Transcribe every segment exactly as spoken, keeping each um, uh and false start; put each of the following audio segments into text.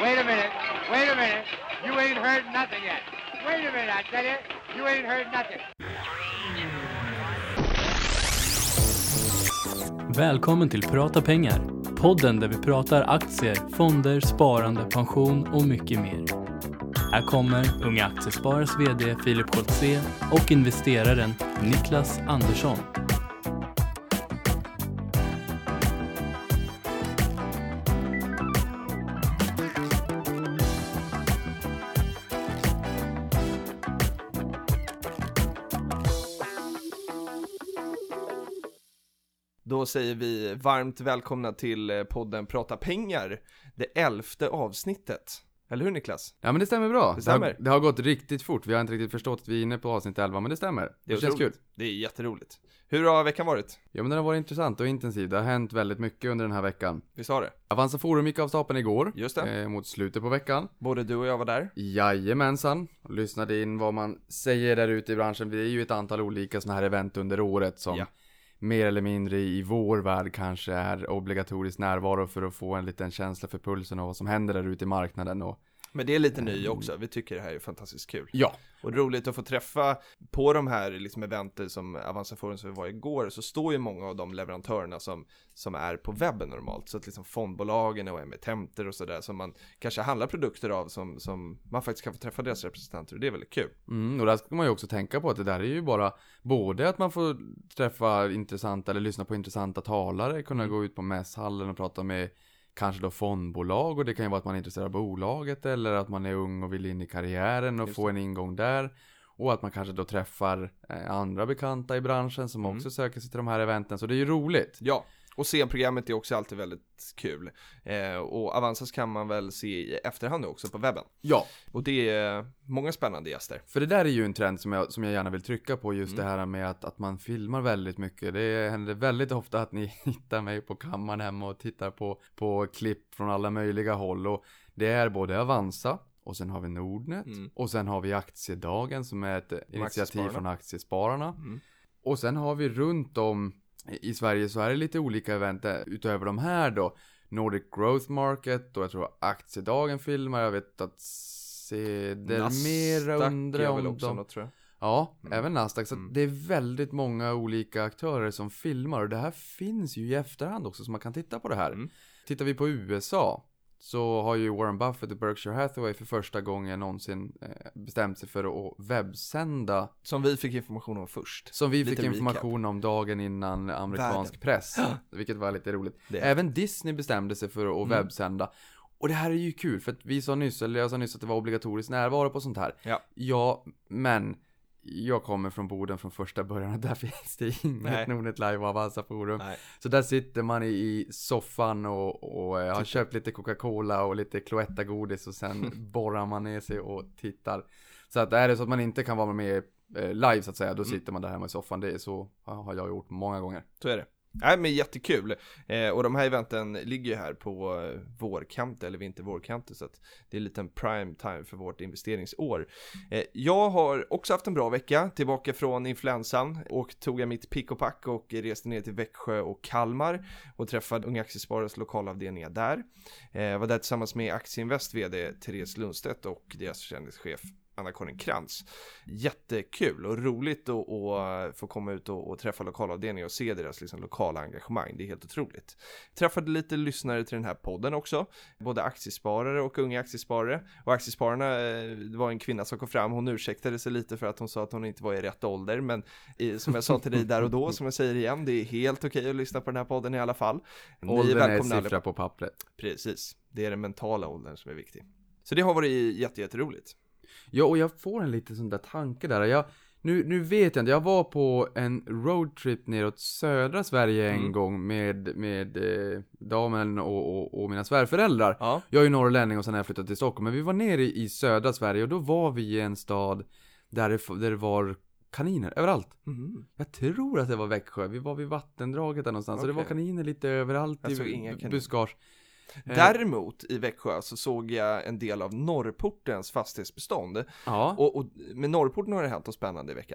Wait a minute. Wait a minute. You ain't heard nothing yet. Wait a minute, I tell you. You ain't heard nothing. Välkommen till Prata pengar. Podden där vi pratar aktier, fonder, sparande, pension och mycket mer. Här kommer Unga Aktiesparares vd Filip Scholtze och investeraren Niklas Andersson. Då säger vi varmt välkomna till podden Prata pengar, det elfte avsnittet. Eller hur, Niklas? Ja, men det stämmer bra. Det, stämmer. Det, har, det har gått riktigt fort. Vi har inte riktigt förstått att vi är inne på avsnitt elva, men det stämmer. Det, det känns kul. Det är jätteroligt. Hur har veckan varit? Ja, men den har varit intressant och intensiv. Det har hänt väldigt mycket under den här veckan. Vi sa det. Avanza Forum gick av stapeln igår. Just det. Eh, mot slutet på veckan. Både du och jag var där. Jajamensan. Och lyssnade in vad man säger där ute i branschen. Det är ju ett antal olika såna här event under året som... Ja. Mer eller mindre i vår värld kanske är obligatorisk närvaro för att få en liten känsla för pulsen och vad som händer där ute i marknaden. Och, men det är lite ny också, vi tycker det här är fantastiskt kul. Ja. Och roligt att få träffa på de här liksom eventer som Avanza Forum som vi var igår, så står ju många av de leverantörerna som, som är på webben normalt. Så att liksom fondbolagen och emittenter och sådär som man kanske handlar produkter av som, som man faktiskt kan få träffa deras representanter, och det är väldigt kul. Mm, och där ska man ju också tänka på att det där är ju bara både att man får träffa intressanta eller lyssna på intressanta talare, kunna mm. gå ut på mässhallen och prata med kanske då fondbolag, och det kan ju vara att man är intresserad av bolaget eller att man är ung och vill in i karriären och få en ingång där, och att man kanske då träffar eh, andra bekanta i branschen som mm. också söker sig till de här eventen, så det är ju roligt. Ja, och scenprogrammet är också alltid väldigt kul. Eh, och Avanzas kan man väl se i efterhand också på webben. Ja. Och det är många spännande gäster. För det där är ju en trend som jag, som jag gärna vill trycka på, just mm. det här med att, att man filmar väldigt mycket. Det händer väldigt ofta att ni hittar mig på kammaren hemma och tittar på, på klipp från alla möjliga håll. Och det är både Avanza, och sen har vi Nordnet, mm. och sen har vi Aktiedagen som är ett initiativ från Aktiespararna. Mm. Och sen har vi runt om i Sverige så är det lite olika event utöver de här då. Nordic Growth Market, och jag tror Aktiedagen filmar. Jag vet att Cedermera undrar om också de... något, tror jag. Ja, mm. även Nasdaq. Så mm. det är väldigt många olika aktörer som filmar. Och det här finns ju i efterhand också, så man kan titta på det här. Mm. Tittar vi på U S A, så har ju Warren Buffett och Berkshire Hathaway för första gången någonsin eh, bestämt sig för att webbsända. Som vi fick information om först. Som vi lite fick information recap. om dagen innan amerikansk Världen. press. Vilket var lite roligt. Även Disney bestämde sig för att mm. webbsända. Och det här är ju kul, för att vi sa nyss, eller jag sa nyss att det var obligatorisk närvaro på sånt här. Ja, ja men... Jag kommer från Boden från första början, och där finns det inget Nordnet Live och Avanza Forum. Nej. Så där sitter man i, i soffan och, och eh, har köpt lite Coca-Cola och lite Cloetta-godis, och sen borrar man ner sig och tittar. Så att är det så att man inte kan vara med eh, live så att säga, då mm. sitter man där hemma i soffan. Det är så har jag gjort många gånger. Så är det. Nej, men jättekul. Eh, och de här eventen ligger ju här på eh, vårkanten, eller vinter vårkanten, så att det är en liten prime time för vårt investeringsår. Eh, jag har också haft en bra vecka, tillbaka från influensan, och tog jag mitt pick och pack och reste ner till Växjö och Kalmar och träffade Unga Aktiesparares lokalavdelningar där. Eh, var där tillsammans med Aktieinvest vd Therese Lundstedt och deras försäljningschef Anna-Karin Krantz. Jättekul och roligt att, att få komma ut och, och träffa lokalavdelningar och se deras liksom, lokala engagemang. Det är helt otroligt. Träffade lite lyssnare till den här podden också. Både aktiesparare och unga aktiesparare. Och aktiespararna, det var en kvinna som kom fram. Hon ursäktade sig lite för att hon sa att hon inte var i rätt ålder. Men i, som jag sa till dig där och då, som jag säger igen, det är helt okej att lyssna på den här podden i alla fall. Åldern är, är siffra på pappret. Precis. Det är den mentala åldern som är viktig. Så det har varit jätte, jätteroligt. Ja, och jag får en lite sån där tanke där. Jag, nu, nu vet jag inte, jag var på en roadtrip neråt södra Sverige en mm. gång med, med eh, damen och, och, och mina svärföräldrar. Ja. Jag är ju norrlänning och sen har jag flyttat till Stockholm. Men vi var nere i, i södra Sverige, och då var vi i en stad där det, där det var kaniner överallt. Mm. Jag tror att det var Växjö. Vi var vid vattendraget där någonstans. Okay. Så det var kaniner lite överallt jag i buskage. Däremot i Växjö så såg jag en del av Norrportens fastighetsbestånd. Ja. Och, och med Norrporten har det hänt något spännande i veckan.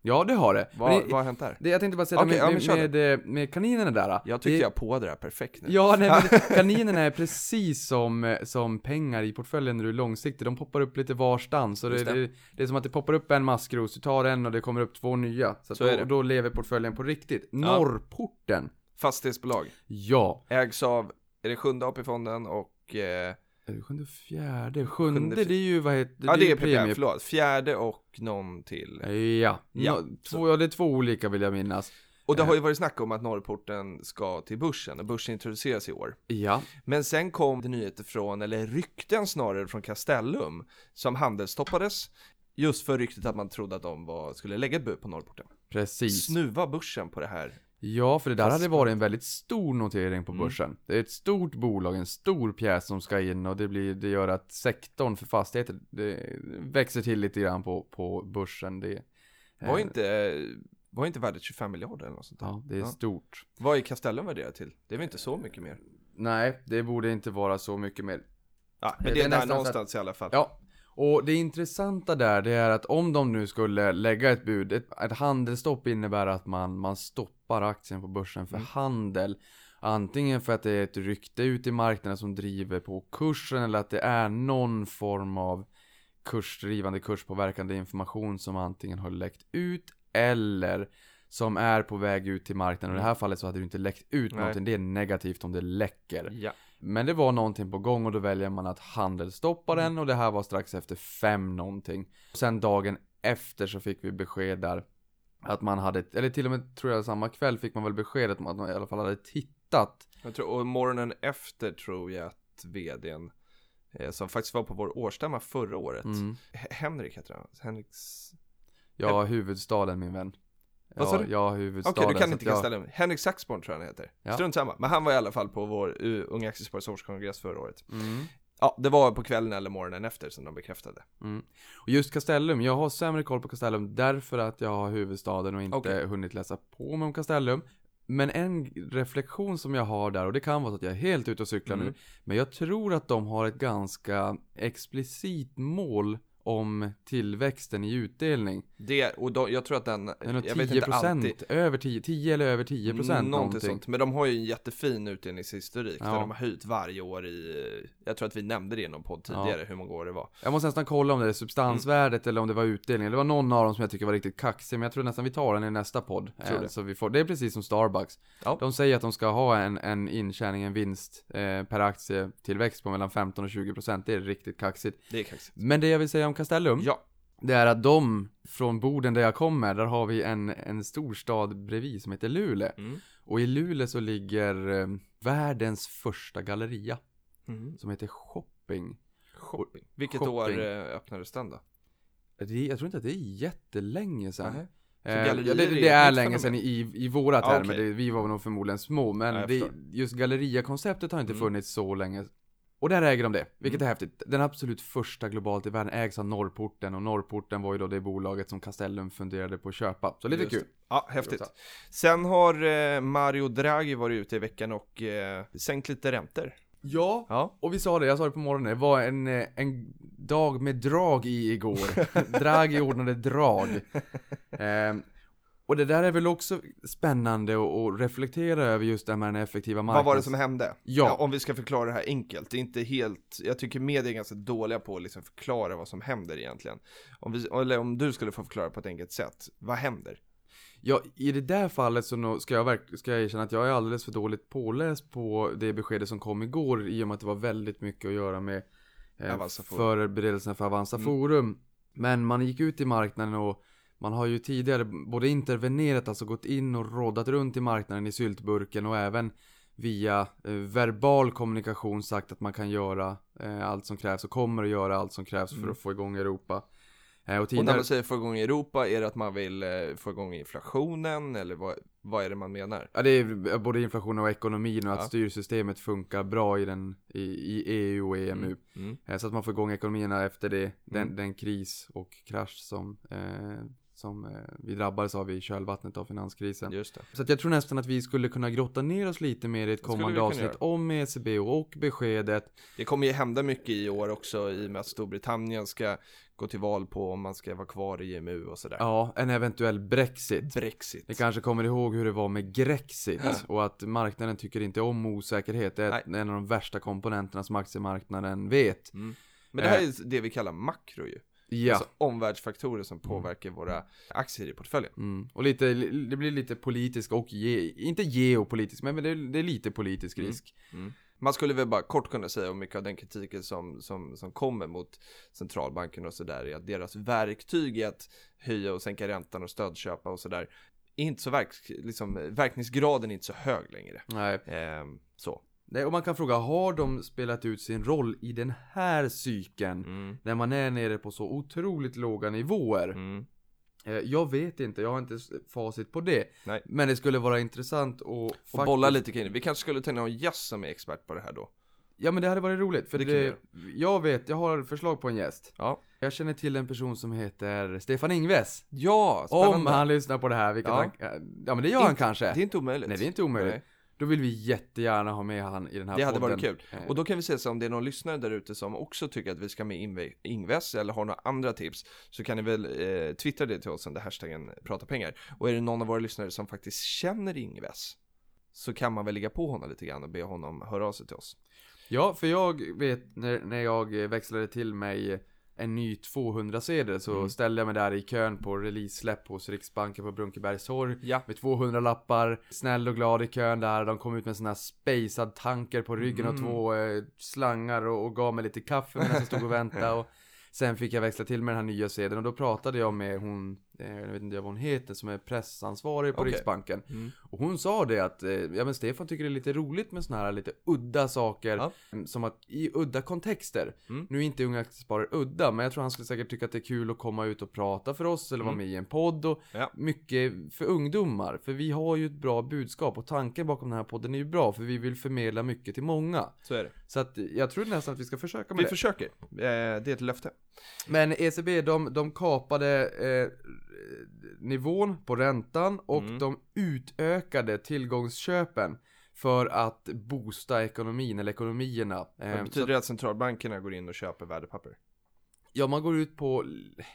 Ja, det har det. Vad, det, vad har hänt där? Det, jag tänkte bara säga Okej, ja, med, men kör med, med, med kaninerna där. Jag tycker det, jag på det här perfekt nu. Ja, nej, men kaninerna är precis som, som pengar i portföljen när du är långsiktig. De poppar upp lite varstans. Och det, Just det. det, det är som att det poppar upp en maskros, du tar en och det kommer upp två nya. Så, att Så då, är det. och då lever portföljen på riktigt. Norrporten. Fastighetsbolag. Ja. Ägs av, är det sjunde A P-fonden och... Eh, Är det sjunde fjärde? Sjunde, Sjunde, det är ju, vad heter ja, det är P P R, premie. förlåt. Fjärde och någon till. Ja, Ja, Nå, två, ja, det är två olika vill jag minnas. Och det Eh. har ju varit snack om att Norrporten ska till börsen, och börsen introduceras i år. Ja. Men sen kom det nyheter från, eller rykten snarare från Castellum, som handelstoppades. Just för ryktet att man trodde att de var, skulle lägga ett bud på Norrporten. Precis. Snuva börsen på det här. Ja, för det där Fast- hade varit en väldigt stor notering på Mm. börsen. Det är ett stort bolag, en stor pjäs som ska in och det, blir, det gör att sektorn för fastigheter det växer till lite grann på, på börsen. Det, Var eh, inte, var inte värdet tjugofem miljarder eller något sånt där? Ja, det är Ja. stort. Vad är Castellum värderat till? Det är väl inte så mycket mer? Nej, det borde inte vara så mycket mer. Ja, men Det det är är där nästan så någonstans i alla fall. Ja, och det intressanta där det är att om de nu skulle lägga ett bud, ett, ett handelsstopp innebär att man, man stoppar aktien på börsen för Mm. handel. Antingen för att det är ett rykte ut i marknaden som driver på kursen eller att det är någon form av kursdrivande, kurspåverkande information som antingen har läckt ut eller som är på väg ut till marknaden. Och i det här fallet så hade det inte läckt ut Nej. någonting. Det är negativt om det läcker. Ja. Men det var någonting på gång och då väljer man att handelsstoppa den och det här var strax efter fem någonting. Sen dagen efter så fick vi besked där att man hade, eller till och med tror jag samma kväll fick man väl beskedet om att man i alla fall hade tittat. Jag tror, och morgonen efter tror jag att vdn eh, som faktiskt var på vår årsstämma förra året. Mm. H- Henrik heter han. Henriks... Ja, huvudstaden min vän. Vad sa Ja, du? ja, Okej, huvudstaden. du kan så inte att jag- kasta den. Henrik Saxborn tror jag han heter. Ja. Strunt samma. Men han var i alla fall på vår uh, Unga Aktiesparares årskongress förra året. Mm. Ja, det var på kvällen eller morgonen efter som de bekräftade. Mm. Och just Castellum, jag har sämre koll på Castellum därför att jag har huvudstaden och inte Okej. hunnit läsa på mig om Castellum. Men en reflektion som jag har där, och det kan vara så att jag är helt ute och cyklar Mm. nu, men jag tror att de har ett ganska explicit mål om tillväxten i utdelning. Det, och då, jag tror att den, Det är nog jag vet tio inte procent, alltid, över tio, tio eller över tio procent någonting någonting. sånt. Men de har ju en jättefin utdelningshistorik Ja. där de har höjt varje år i, jag tror att vi nämnde det i någon podd tidigare hur många år det var. Jag måste nästan kolla om det är substansvärdet eller om det var utdelningen. Det var någon av dem som jag tycker var riktigt kaxig, men jag tror nästan vi tar den i nästa podd. Tror Eh, det. Så vi får, det är precis som Starbucks. Ja. De säger att de ska ha en, en intjäning, en vinst eh, per aktie tillväxt på mellan femton och tjugo procent. Det är riktigt kaxigt. Det är kaxigt. Men det jag vill säga om Castellum, Ja, det är att de, från Boden där jag kommer, där har vi en, en stor stad bredvid som heter Luleå. mm. Och i Luleå så ligger eh, världens första galleria Mm. som heter Shopping. Shopping. Vilket Shopping. år eh, öppnades den då? Det, jag tror inte att det är jättelänge sedan. Nej. Så Eh, gallerier ja, det, är det ett är nytt länge fenomen. sedan i, i våra Ah, termer. okej. Det, vi var nog förmodligen små. Men Ja, jag det, förstår. just galleriakonceptet har inte Mm. funnits så länge. Och där äger de det, vilket Mm. är häftigt. Den absolut första globalt i världen ägs av Norrporten. Och Norrporten var ju då det bolaget som Castellum funderade på att köpa. Så lite Just kul. det. Ja, häftigt. Sen har eh, Mario Draghi varit ute i veckan och eh, sänkt lite räntor. Ja, Ja. och vi sa det, jag sa det på morgonen. Det var en, eh, en dag med drag i igår. Draghi ordnade drag. Ehm, Och det där är väl också spännande att att reflektera över just det här med den effektiva marknaden. Vad var det som hände? Ja. Om vi ska förklara det här enkelt. Det är inte helt, jag tycker media är ganska dåliga på att liksom förklara vad som händer egentligen. Om vi, eller om du skulle få förklara på ett enkelt sätt. Vad händer? Ja, i det där fallet så nå- ska jag, verk- ska jag erkänna att jag är alldeles för dåligt påläst på det beskedet som kom igår, i och med att det var väldigt mycket att göra med eh, Avanza Forum. förberedelserna för Avanza Mm. Forum. Men man gick ut i marknaden och man har ju tidigare både intervenerat, alltså gått in och råddat runt i marknaden i syltburken, och även via eh, verbal kommunikation sagt att man kan göra eh, allt som krävs och kommer att göra allt som krävs för Mm. att få igång Europa. Eh, och Och när tidigare... man säger få igång Europa, är det att man vill eh, få igång inflationen? Eller vad, vad är det man menar? Ja, det är både inflationen och ekonomin och att Ja. styrsystemet funkar bra i, den, i, i E U och E M U. Mm. Eh, Så att man får igång ekonomierna efter det, den, Mm. den kris och krasch som, eh, som eh, vi drabbades av i kölvattnet av finanskrisen. Just det. Så att jag tror nästan att vi skulle kunna grotta ner oss lite mer i ett Det skulle vi kommande kunna avsnitt göra. om E C B och beskedet. Det kommer ju hända mycket i år också i och med att Storbritannien ska gå till val på om man ska vara kvar i E M U och sådär. Ja, en eventuell Brexit. Brexit. Ni kanske kommer ihåg hur det var med Grexit och att marknaden tycker inte om osäkerhet. Det är Nej. en av de värsta komponenterna som aktiemarknaden vet. Mm. Men det här är det vi kallar makro ju. Ja. Alltså omvärldsfaktorer som påverkar våra aktier i portföljen. Mm. Och lite, det blir lite politisk och ge, inte geopolitisk, men det är, det är lite politisk risk. Mm. Man skulle väl bara kort kunna säga om mycket av den kritiken som, som, som kommer mot centralbanken och sådär är att deras verktyg är att höja och sänka räntan och stödköpa och sådär är inte så verk, liksom, verkningsgraden är inte så hög längre. Nej. Ehm, så. Nej, och man kan fråga, har de spelat ut sin roll i den här cykeln Mm. när man är nere på så otroligt låga nivåer? Mm. Eh, Jag vet inte, jag har inte s- facit på det. Nej. Men det skulle vara intressant att Och faktiskt... bolla lite kring det. Vi kanske skulle ta in någon gäst som är expert på det här då. Ja, men det hade varit roligt, för Det det kan vi jag vet, jag har förslag på en gäst. Ja. Jag känner till en person som heter Stefan Ingves. Ja, spännande. Om han lyssnar på det här, vilket Ja. han... Ja, men det gör han kanske. Det är inte omöjligt. Nej, det är inte omöjligt. Nej. Då vill vi jättegärna ha med han i den här Det hade podden. varit kul. Eh, Och då kan vi se så om det är någon lyssnare där ute som också tycker att vi ska med Inve- Ingves eller har några andra tips, så kan ni väl eh, twittra det till oss under hashtaggen prata pengar. Och är det någon av våra lyssnare som faktiskt känner Ingves, så kan man väl lägga på honom lite grann och be honom höra av sig till oss. Ja, för jag vet när, när jag växlade till mig en ny tvåhundra-sedel så Mm. ställde jag mig där i kön på release-släpp hos Riksbanken på Brunkebergstorg Ja. med tvåhundra lappar, snäll och glad i kön där. De kom ut med en sån här spacad tanker på ryggen Mm. och två eh, slangar och, och gav mig lite kaffe medan jag stod och väntade. Och sen fick jag växla till med den här nya sedeln och då pratade jag med hon, eh, jag vet inte vad hon heter, som är pressansvarig på Okej. Riksbanken. Mm. Och hon sa det att, eh, ja men Stefan tycker det är lite roligt med såna här lite udda saker. Ja. mm, Som att i udda kontexter. Mm. Nu är inte unga aktiesparare udda, men jag tror han skulle säkert tycka att det är kul att komma ut och prata för oss eller vara Mm. med i en podd och Ja. mycket för ungdomar. För vi har ju ett bra budskap och tanken bakom den här podden är ju bra, för vi vill förmedla mycket till många. Så är det. Så att jag tror nästan att vi ska försöka med Vi det. försöker. Eh, det är ett löfte. Men E C B, de, de kapade eh, nivån på räntan och Mm. de utökade tillgångsköpen för att boosta ekonomin eller ekonomierna. Det Eh, så betyder att, det att centralbankerna går in och köper värdepapper? ja, man går ut på,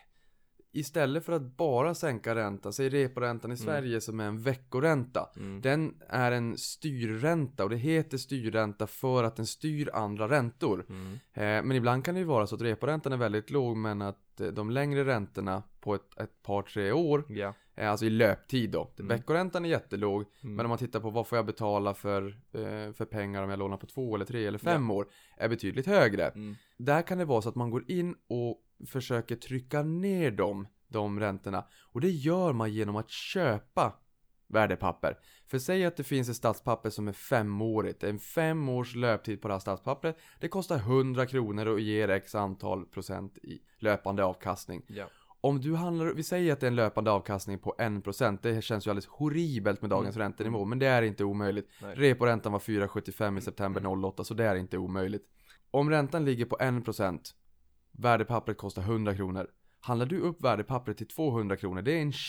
istället för att bara sänka räntan, säg reporäntan i Sverige som är en veckoränta. Mm. Den är en styrränta och det heter styrränta för att den styr andra räntor. Mm. Eh, men ibland kan det ju vara så att reporäntan är väldigt låg, men att eh, de längre räntorna på ett, ett par, tre år, Ja. eh, alltså i löptid då. Mm. Veckoräntan är jättelåg, Mm. men om man tittar på vad får jag betala för, eh, för pengar om jag lånar på två eller tre eller fem år, är betydligt högre. Mm. Där kan det vara så att man går in och försöker trycka ner dem, de räntorna. Och det gör man genom att köpa värdepapper. För säg att det finns ett statspapper som är femårigt. En fem års löptid på det här statspappret. Det kostar hundra kronor och ger x antal procent i löpande avkastning. Ja. Om du handlar, vi säger att det är en löpande avkastning på en procent. Det känns ju alldeles horribelt med dagens Mm. räntenivå. Men det är inte omöjligt. Nej. Reporäntan var fyra komma sjuttiofem i september noll åtta, så det är inte omöjligt. Om räntan ligger på en procent, värdepappret kostar hundra kronor. Handlar du upp värdepappret till tvåhundra kronor, det är en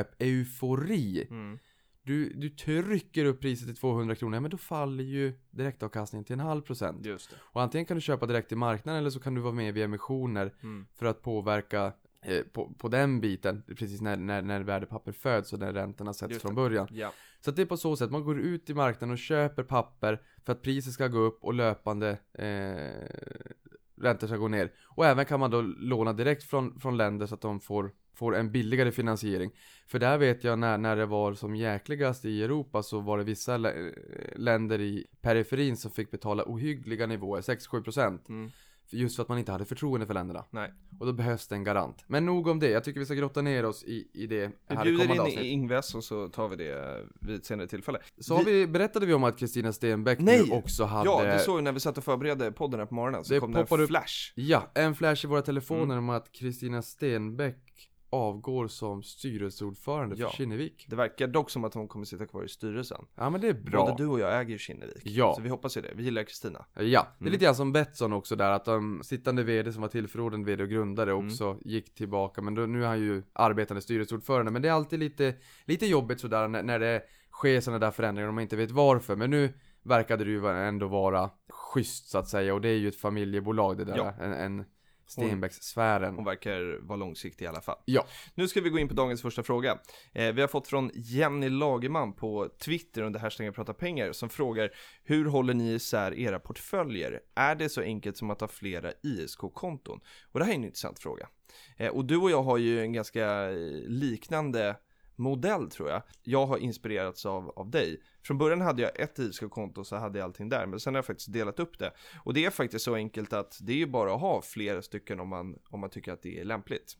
köp-eufori. Mm. Du, du trycker upp priset till tvåhundra kronor, men då faller ju direktavkastningen till en halv procent. Just det. Och antingen kan du köpa direkt i marknaden eller så kan du vara med vid emissioner Mm. för att påverka eh, på, på den biten, precis när, när, när värdepapper föds och när räntorna sätts Just från det. början. Ja. Så att det är på så sätt, man går ut i marknaden och köper papper för att priset ska gå upp och löpande eh, räntor ska gå ner. Och även kan man då låna direkt från, från länder så att de får, får en billigare finansiering. För där vet jag när, när det var som jäkligast i Europa, så var det vissa lä- länder i periferin som fick betala ohyggliga nivåer, sex till sju procent. Mm. Just för att man inte hade förtroende för länderna. Nej. Och då behövs det en garant. Men nog om det, jag tycker vi ska grotta ner oss i, i det Vi här bjuder kommande in avsnitt. i Ingves och så tar vi det vid ett senare tillfälle. Så har vi, berättade vi om att Kristina Stenbeck Nej! nu också hade... Ja, det såg vi när vi satt och förberedde podden här på morgonen. Så Det kom det en poppade upp- flash. Ja, en flash i våra telefoner Mm. om att Kristina Stenbeck avgår som styrelseordförande Ja. för Kinnevik. Det verkar dock som att hon kommer sitta kvar i styrelsen. Ja, men det är bra. Både du och jag äger ju Kinnevik. Ja. Så vi hoppas ju det. Vi gillar Kristina. Ja, det är Mm. lite grann som Betsson också där, att de sittande vd som var tillförordnad vd och grundare Mm. också gick tillbaka. Men då, nu är han ju arbetande styrelseordförande. Men det är alltid lite, lite jobbigt sådär när, när det sker sådana där förändringar och man inte vet varför. Men nu verkade det ju ändå vara schysst så att säga. Och det är ju ett familjebolag det där. Ja. En, en Stenbeckssfären. Hon verkar vara långsiktig i alla fall. Ja. Nu ska vi gå in på dagens första fråga. Eh, vi har fått från Jenny Lagerman på Twitter under hashtaggen prata pengar som frågar: hur håller ni isär era portföljer? Är det så enkelt som att ha flera I S K-konton? Och det här är en intressant fråga. Eh, och du och jag har ju en ganska liknande modell tror jag. Jag har inspirerats av, av dig. Från början hade jag ett I S K-konto så hade jag allting där. Men sen har jag faktiskt delat upp det. Och det är faktiskt så enkelt att det är ju bara att ha flera stycken om man, om man tycker att det är lämpligt.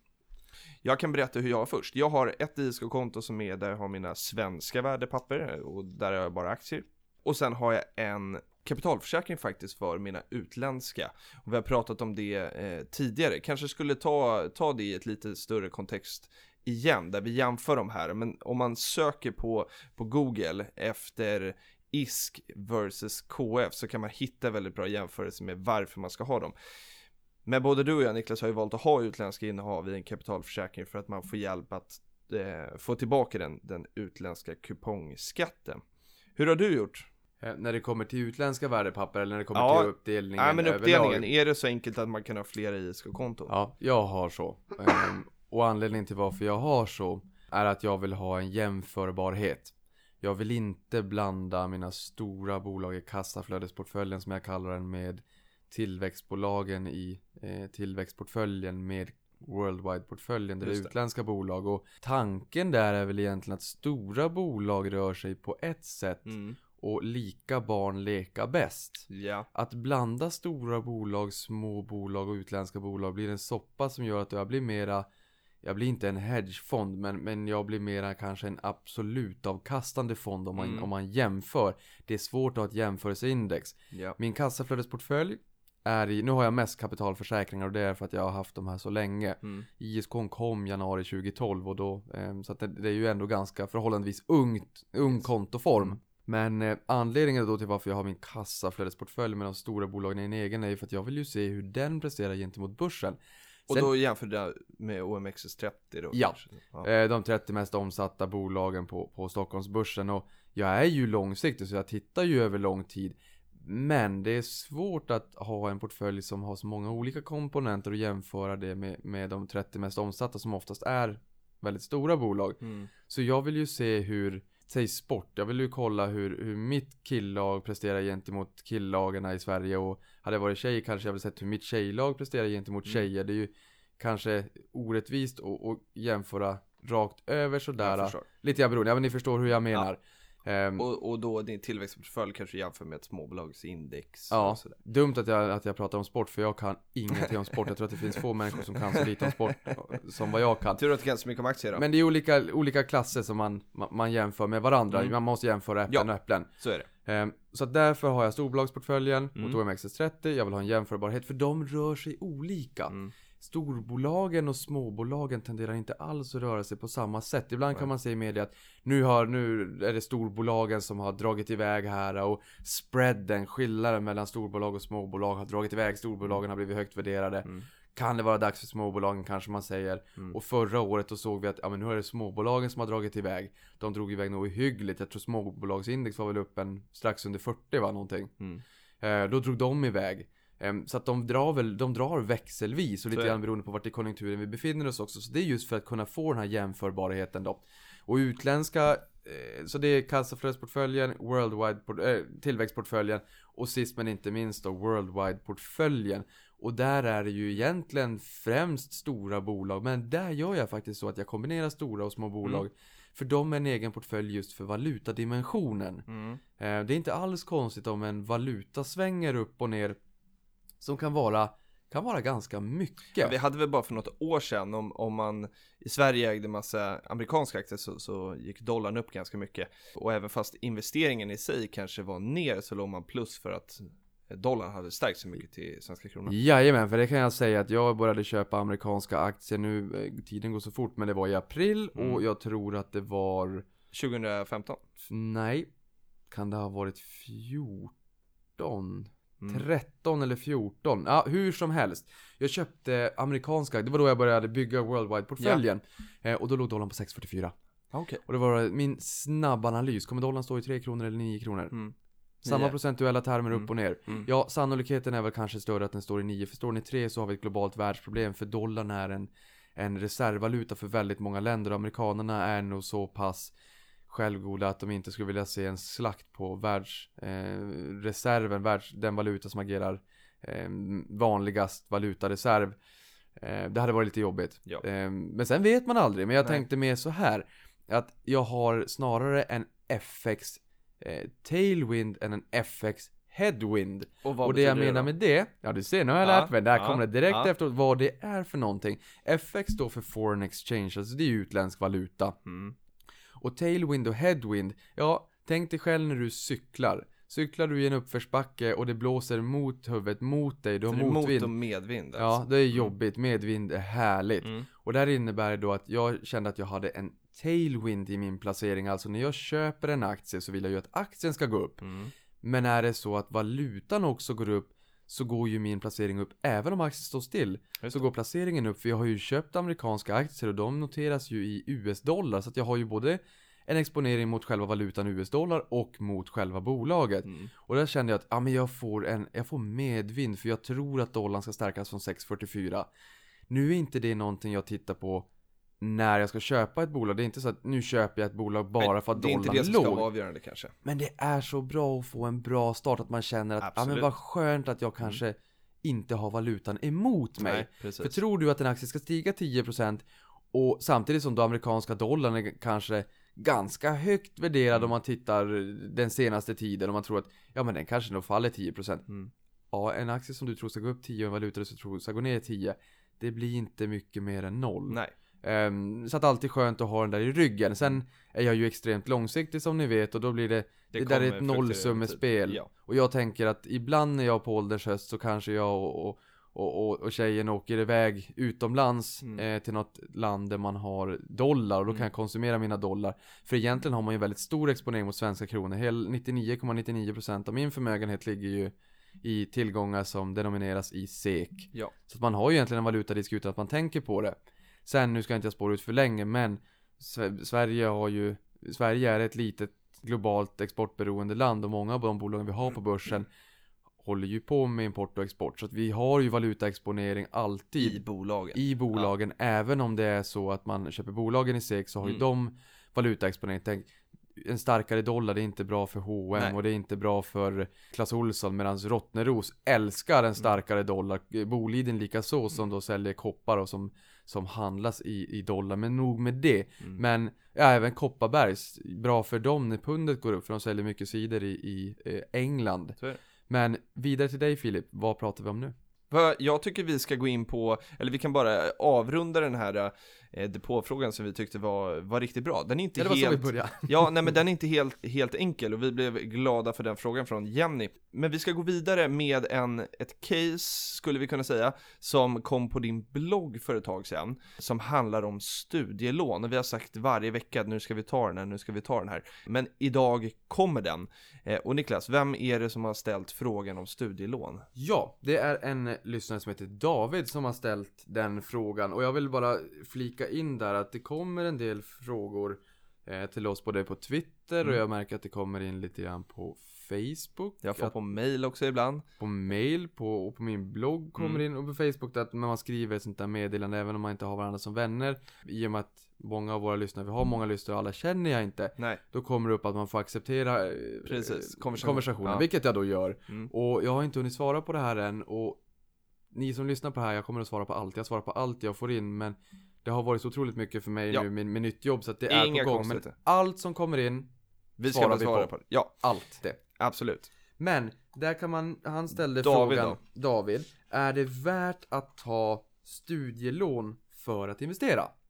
Jag kan berätta hur jag har först. Jag har ett I S K-konto som är där jag har mina svenska värdepapper och där har jag bara aktier. Och sen har jag en kapitalförsäkring faktiskt för mina utländska. Och vi har pratat om det eh, tidigare. Kanske skulle ta, ta det i ett lite större kontext igen, där vi jämför de här. Men om man söker på, på Google efter I S K versus K F så kan man hitta väldigt bra jämförelse med varför man ska ha dem. Men både du och jag, Niklas, har ju valt att ha utländska innehav i en kapitalförsäkring för att man får hjälp att eh, få tillbaka den, den utländska kupongskatten. Hur har du gjort? Eh, när det kommer till utländska värdepapper eller när det kommer Ja, till uppdelningen Nej, men uppdelningen, överlag. är det så enkelt att man kan ha flera I S K-konton? Ja, jag har så. Ehm, och anledningen till varför jag har så är att jag vill ha en jämförbarhet. Jag vill inte blanda mina stora bolag i kassaflödesportföljen som jag kallar den med tillväxtbolagen i eh, tillväxtportföljen med Worldwide-portföljen där det är utländska bolag. Och tanken där är väl egentligen att stora bolag rör sig på ett sätt Mm. och lika barn leka bäst. Ja. Att blanda stora bolag, små bolag och utländska bolag blir en soppa som gör att jag blir mera, jag blir inte en hedgefond men, men jag blir mera kanske en absolut avkastande fond om man, Mm. om man jämför. Det är svårt att ha ett jämförelseindex. Ja. Min kassaflödesportfölj är i, nu har jag mest kapitalförsäkringar och det är för att jag har haft de här så länge. Mm. I S K kom januari tjugohundratolv och då, eh, så att det, det är ju ändå ganska förhållandevis ungt, ung kontoform. Mm. Men eh, anledningen då till varför jag har min kassaflödesportfölj med de stora bolagen i en egen är ju för att jag vill ju se hur den presterar gentemot börsen. Och Sen, då jämför det med O M X S trettio då? Ja. kanske? Ja. eh, de trettio mest omsatta bolagen på, på Stockholmsbörsen och jag är ju långsiktig så jag tittar ju över lång tid. Men det är svårt att ha en portfölj som har så många olika komponenter och jämföra det med, med de trettio mest omsatta som oftast är väldigt stora bolag. Mm. Så jag vill ju se hur, säg sport, jag vill ju kolla hur, hur mitt killag presterar gentemot killlagarna i Sverige och hade jag varit tjej kanske jag vill sett hur mitt tjejlag presterar gentemot Mm. tjejer. Det är ju kanske orättvist att, att jämföra rakt över sådär. Jag förstår. Lite jag beroende, ja men ni förstår hur jag menar. Ehm, Och, och då din tillväxtportfölj kanske jämför med ett småbolagsindex. Ja, och sådär. dumt att jag, att jag pratar om sport för jag kan ingenting om sport. Jag tror att det finns få människor som kan så lite om sport som vad jag kan. Tur att du kan så mycket om aktier då. Men det är olika, olika klasser som man, man, man jämför med varandra. Mm. Man måste jämföra äpplen Ja. och äpplen. Så är det. Ehm, så att därför har jag storbolagsportföljen Mm. mot O M X S trettio. Jag vill ha en jämförbarhet för de rör sig olika. Mm. Storbolagen och småbolagen tenderar inte alls att röra sig på samma sätt. Ibland Nej. kan man se i media att nu, har, nu är det storbolagen som har dragit iväg här och spreaden, skillnaden mellan storbolag och småbolag har dragit iväg. Storbolagen har blivit högt värderade. Mm. Kan det vara dags för småbolagen kanske man säger. Mm. Och förra året då såg vi att ja, men nu är det småbolagen som har dragit iväg. De drog iväg nog hyggligt. Jag tror småbolagsindex var väl upp en strax under fyrtio va någonting. Mm. Eh, då drog de iväg. Eh, så att de drar väl, de drar växelvis och lite Så är grann beroende på vart i konjunkturen vi befinner oss också. Så det är just för att kunna få den här jämförbarheten då. Och utländska, eh, så det är kassaflödesportföljen, worldwide eh, tillväxtportföljen och sist men inte minst då worldwide-portföljen. Och där är det ju egentligen främst stora bolag. Men där gör jag faktiskt så att jag kombinerar stora och små bolag. Mm. För de är en egen portfölj just för valutadimensionen. Mm. Eh, det är inte alls konstigt om en valuta svänger upp och ner. Som kan vara, kan vara ganska mycket. Ja, vi hade väl bara för något år sedan om, om man i Sverige ägde massa amerikanska aktier så, så gick dollarn upp ganska mycket. Och även fast investeringen i sig kanske var ner så låg man plus för att dollarn hade stärkt så mycket till svenska kronor. Jajamän, för det kan jag säga att jag började köpa amerikanska aktier nu, tiden går så fort, men det var i april mm. och jag tror att det var tjugohundrafemton. Nej, kan det ha varit fjorton? Mm. tretton eller fjorton, ja hur som helst. Jag köpte amerikanska, det var då jag började bygga Worldwide-portföljen ja. eh, och då låg dollarn på sex fyrtiofyra. Okay. Och det var min snabba analys, kommer dollarn stå i tre kronor eller nio kronor? Mm. Samma nio. Procentuella termer upp mm. och ner. Mm. Ja, sannolikheten är väl kanske större att den står i nio. För står den i tre så har vi ett globalt världsproblem. För dollarn är en, en reservvaluta för väldigt många länder. Och amerikanerna är nog så pass självgoda att de inte skulle vilja se en slakt på världsreserven. Eh, världs, den valuta som agerar eh, vanligast valutareserv. Eh, det hade varit lite jobbigt. Ja. Eh, men sen vet man aldrig. Men jag Nej. tänkte mer så här. Att jag har snarare en F X eh, tailwind än en F X headwind. Och, vad och det jag det menar då? med det, ja du ser, nu har jag ja, lärt mig. Där ja, kommer det direkt ja. efter vad det är för någonting. F X står för foreign exchange, alltså det är utländsk valuta. Mm. Och tailwind och headwind, ja, tänk dig själv när du cyklar. Cyklar du i en uppförsbacke och det blåser mot huvudet, mot dig, du har motvind. Mot och medvind alltså. Ja, det är jobbigt, medvind är härligt. Mm. Och det här innebär då att jag kände att jag hade en tailwind i min placering. Alltså när jag köper en aktie så vill jag ju att aktien ska gå upp. Mm. Men är det så att valutan också går upp så går ju min placering upp. Även om aktien står still så går placeringen upp. För jag har ju köpt amerikanska aktier och de noteras ju i U S-dollar. Så att jag har ju både en exponering mot själva valutan U S-dollar och mot själva bolaget. Mm. Och där kände jag att ah, men jag, får en, jag får medvind för jag tror att dollarn ska stärkas från sex fyrtiofyra. Nu är inte det någonting jag tittar på när jag ska köpa ett bolag. Det är inte så att nu köper jag ett bolag bara Men för att dollarn är låg. Det är inte det som ska vara avgörande kanske. Men det är så bra att få en bra start att man känner att ja ah, men vad skönt att jag kanske mm. inte har valutan emot mig. Nej, precis. För tror du att en aktie ska stiga tio procent och samtidigt som då amerikanska dollarn är kanske ganska högt värderad mm. om man tittar den senaste tiden och man tror att ja men den kanske nog faller tio procent. Mm. Ja, en aktie som du tror ska gå upp tio och en valuta som du tror ska gå ner tio, det blir inte mycket mer än noll. Nej. Um, så att alltid skönt att ha den där i ryggen. Sen är jag ju extremt långsiktig som ni vet och då blir det, det, det där är ett nollsummespel. Ja. Och jag tänker att ibland när jag på ålders höst så kanske jag och, och, och, och tjejen åker iväg utomlands mm. eh, till något land där man har dollar och då mm. kan jag konsumera mina dollar. För egentligen har man ju väldigt stor exponering mot svenska kronor. Hel nittionio komma nittionio procent av min förmögenhet ligger ju i tillgångar som denomineras i S E K. Ja. Så att man har ju egentligen en valutarisk utan att man tänker på det. Sen, nu ska jag inte spåra ut för länge, men Sverige har ju, Sverige är ett litet globalt exportberoende land och många av de bolagen vi har på börsen håller ju på med import och export. Så att vi har ju valutaexponering alltid i bolagen. I bolagen, ja. Även om det är så att man köper bolagen i S E K så har mm. ju de valutaexponering. Tänk, en starkare dollar, det är inte bra för H och M. Nej. Och det är inte bra för Clas Ohlson, medan Rottneros älskar en starkare dollar. Boliden lika så mm. som då säljer koppar och som, som handlas i, i dollar. Men nog med det. Mm. Men ja, även Kopparbergs, bra för dem när pundet går upp, för de säljer mycket sidor i, i eh, England. Men vidare till dig Filip, vad pratar vi om nu? Jag tycker vi ska gå in på, eller vi kan bara avrunda den här eh, depåfrågan som vi tyckte var, var riktigt bra. Den är inte ja, det var helt, så vi började. Ja, nej men den är inte helt, helt enkel och vi blev glada för den frågan från Jenny. Men vi ska gå vidare med en, ett case, skulle vi kunna säga, som kom på din blogg för ett tag sedan, som handlar om studielån. Och vi har sagt varje vecka att nu ska vi ta den här, nu ska vi ta den här. Men idag kommer den. Eh, och Niklas, vem är det som har ställt frågan om studielån? Ja, det är en lyssnare som heter David som har ställt den frågan. Och jag vill bara flika in där att det kommer en del frågor eh, till oss både på Twitter mm. och jag märker att det kommer in lite grann på Facebook. Jag får att, på mail också ibland. På mail på, och på min blogg kommer mm. in och på Facebook att när man skriver ett sånt där meddelande även om man inte har varandra som vänner. I och med att många av våra lyssnare, vi har många lyssnare och alla känner jag inte. Nej. Då kommer det upp att man får acceptera eh, Precis. Konversation. konversationen, ja. Vilket jag då gör. Mm. Och jag har inte hunnit svara på det här än och ni som lyssnar på det här, jag kommer att svara på allt. Jag svarar på allt jag får in, men det har varit så otroligt mycket för mig ja. nu med, med nytt jobb så att det är Inga på gång. Men allt som kommer in vi ska vi svara på. på. Ja, allt det. Absolut. Men där kan man, han ställde David frågan, då. David, är det värt att ta studielån för att investera?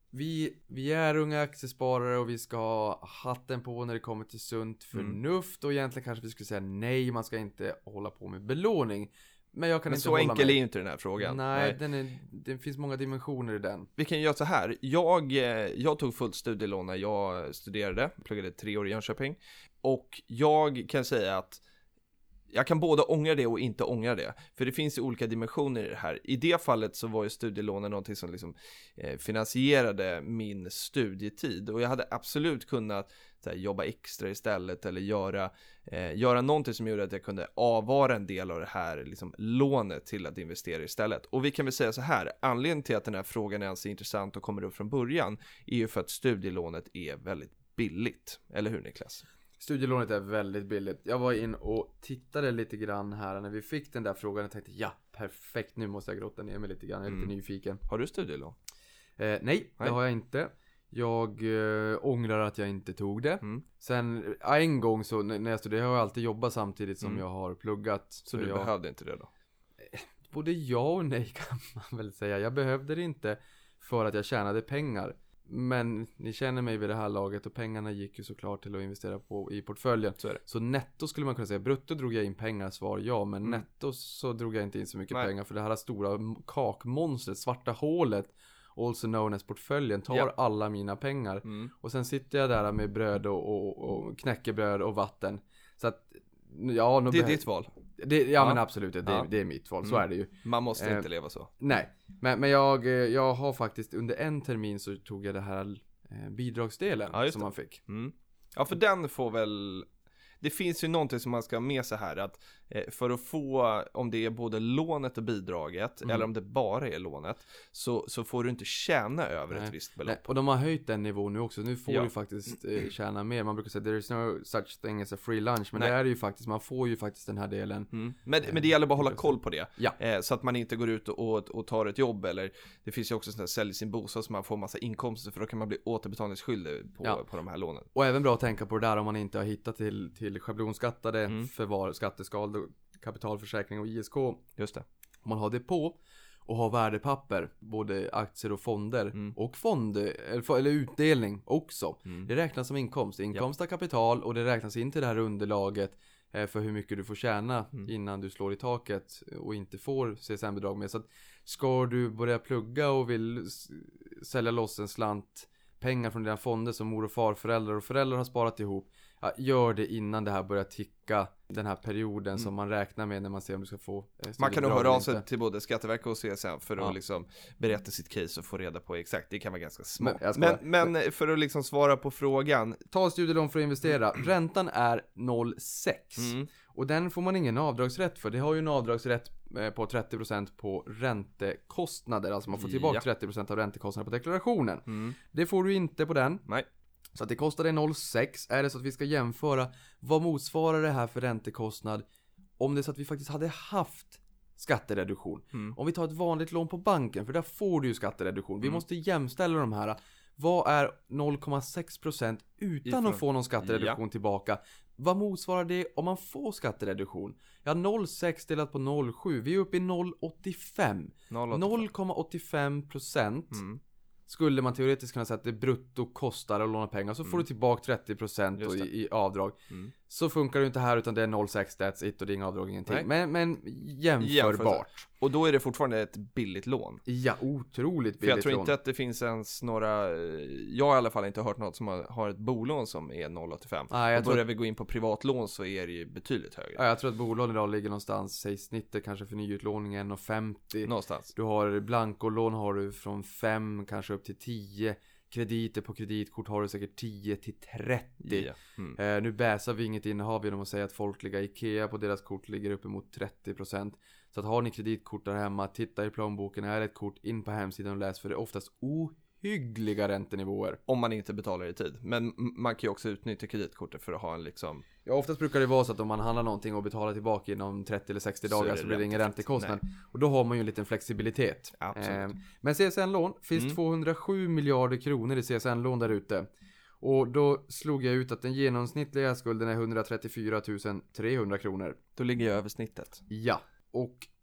Vi, vi är unga aktiesparare och vi ska ha hatten på när det kommer till sunt förnuft. Mm. Och egentligen kanske vi skulle säga nej, man ska inte hålla på med belåning. Men jag kan Men inte så hålla enkel med. är ju inte den här frågan. Nej, Nej. Den är, det finns många dimensioner i den. Vi kan göra så här. Jag, jag tog fullt studielån när jag studerade. Pluggade tre år i Jönköping. Och jag kan säga att jag kan både ångra det och inte ångra det. För det finns ju olika dimensioner i det här. I det fallet så var ju studielånen någonting som liksom eh, finansierade min studietid. Och jag hade absolut kunnat så här, jobba extra istället. Eller göra, eh, göra någonting som gjorde att jag kunde avvara en del av det här liksom, lånet till att investera istället. Och vi kan väl säga så här. Anledningen till att den här frågan är ens intressant och kommer upp från början är ju för att studielånet är väldigt billigt. Eller hur, Niklas? Studielånet är väldigt billigt. Jag var in och tittade lite grann här när vi fick den där frågan. Jag tänkte, ja, perfekt, nu måste jag grotta ner mig lite grann. Jag är lite mm. nyfiken. Har du studielån? Eh, nej, nej, det har jag inte. Jag eh, ångrar att jag inte tog det. Mm. Sen, en gång så, när jag studerade, jag har alltid jobbat samtidigt som mm. jag har pluggat. Så, så du jag, behövde inte det då? Både ja och nej kan man väl säga. Jag behövde det inte för att jag tjänade pengar. Men ni känner mig vid det här laget och pengarna gick ju såklart till att investera på i portföljen. Så, så netto skulle man kunna säga, brutto drog jag in pengar, svar ja. Men mm. netto så drog jag inte in så mycket Nej. pengar. För det här stora kakmonstret, svarta hålet, also known as portföljen, tar yeah. alla mina pengar. Mm. Och sen sitter jag där med bröd och, och, och knäckebröd och vatten. Så att, ja, det är ditt val. Det, ja, ja men absolut, det, ja. det är mitt val, så mm. är det ju. Man måste eh, inte leva så. Nej, men, men jag, jag har faktiskt under en termin så tog jag det här eh, bidragsdelen ja, som man fick. Mm. Ja, för den får väl... Det finns ju någonting som man ska ha med sig här att eh, för att få, om det är både lånet och bidraget mm. eller om det bara är lånet så, så får du inte tjäna över Nej. ett visst belopp. Nej. Och de har höjt den nivån nu också. Nu får ja. du faktiskt eh, tjäna mer. Man brukar säga there is no such thing as a free lunch. Men Nej. det är ju faktiskt, man får ju faktiskt den här delen. Mm. Men, eh, men det gäller bara att hålla koll på det. Ja. Eh, så att man inte går ut och, och, och tar ett jobb. Eller det finns ju också sådana här sälj sin bostad så man får massa inkomster. För då kan man bli återbetalningsskyldig på, ja. på de här lånen. Och även bra att tänka på det där om man inte har hittat till, till schablonskattade Mm. förvar, skatteskal, kapitalförsäkring och I S K. Just det. Om man har det på och har värdepapper, både aktier och fonder mm. och fond eller, eller utdelning också. Mm. Det räknas som inkomst. Inkomst av yep. kapital och det räknas in till det här underlaget eh, för hur mycket du får tjäna mm. innan du slår i taket och inte får C S N-bidrag med. Så att ska du börja plugga och vill s- sälja loss en slant pengar från dina fonder som mor- och farföräldrar och föräldrar har sparat ihop, ja, gör det innan det här börjar ticka, den här perioden mm. som man räknar med när man ser om du ska få eh, man kan nog höra av sig till både Skatteverket och C S N för ja. att liksom berätta sitt case och få reda på exakt, det kan vara ganska smart. Men, men, men för att liksom svara på frågan, ta studielån för att investera, räntan är noll komma sex mm. och den får man ingen avdragsrätt för. Det har ju en avdragsrätt på trettio procent på räntekostnader, alltså man får tillbaka ja. trettio procent av räntekostnader på deklarationen. Mm. Det får du inte på den. Nej. Så att det kostar det noll komma sex. Är det så att vi ska jämföra, vad motsvarar det här för räntekostnad om det är så att vi faktiskt hade haft skattereduktion. Mm. Om vi tar ett vanligt lån på banken, för där får du ju skattereduktion. Mm. Vi måste jämställa de här. Vad är noll komma sex procent utan Ifrån. att få någon skattereduktion ja. tillbaka? Vad motsvarar det om man får skattereduktion? Ja, noll komma sex delat på noll komma sju. Vi är uppe i noll komma åttiofem. noll komma åttiofem procent mm. skulle man teoretiskt kunna säga att det brutto kostar att låna pengar. Så mm. får du tillbaka trettio procent i, i avdrag. Mm. Så funkar det inte här, utan det är noll komma sex, that's it, och det är inga avdrag, ingenting. Men, men jämförbart. Och då är det fortfarande ett billigt lån. Ja, otroligt billigt lån. För jag tror inte lån. att det finns ens några, jag har i alla fall inte hört något som har ett bolån som är noll komma åttiofem. Ah, och börjar att... vi gå in på privatlån så är det ju betydligt högre. Ja, jag tror att bolån idag ligger någonstans, säg snittet kanske för nyutlåning en komma femtio. Någonstans. Du har blankolån har du från fem kanske upp till tio. Krediter på kreditkort har du säkert tio till trettio. Yeah. Mm. Eh, nu bäsar vi inget innehav genom att säga att folkliga Ikea på deras kort ligger uppemot trettio procent. Så att har ni kreditkort där hemma, titta i plånboken, är det ett kort, in på hemsidan och läs, för det är oftast ohyggliga räntenivåer. Om man inte betalar i tid. Men man kan ju också utnyttja kreditkortet för att ha en liksom... Ja, oftast brukar det vara så att om man handlar någonting och betalar tillbaka inom trettio eller sextio dagar så, så blir det ingen räntekostnad. Nej. Och då har man ju en liten flexibilitet. Absolut. Eh, men C S N-lån finns mm. tvåhundrasju miljarder kronor i C S N-lån där ute. Och då slog jag ut att den genomsnittliga skulden är etthundratrettiofyra tusen trehundra kronor. Då ligger jag över snittet. Ja, och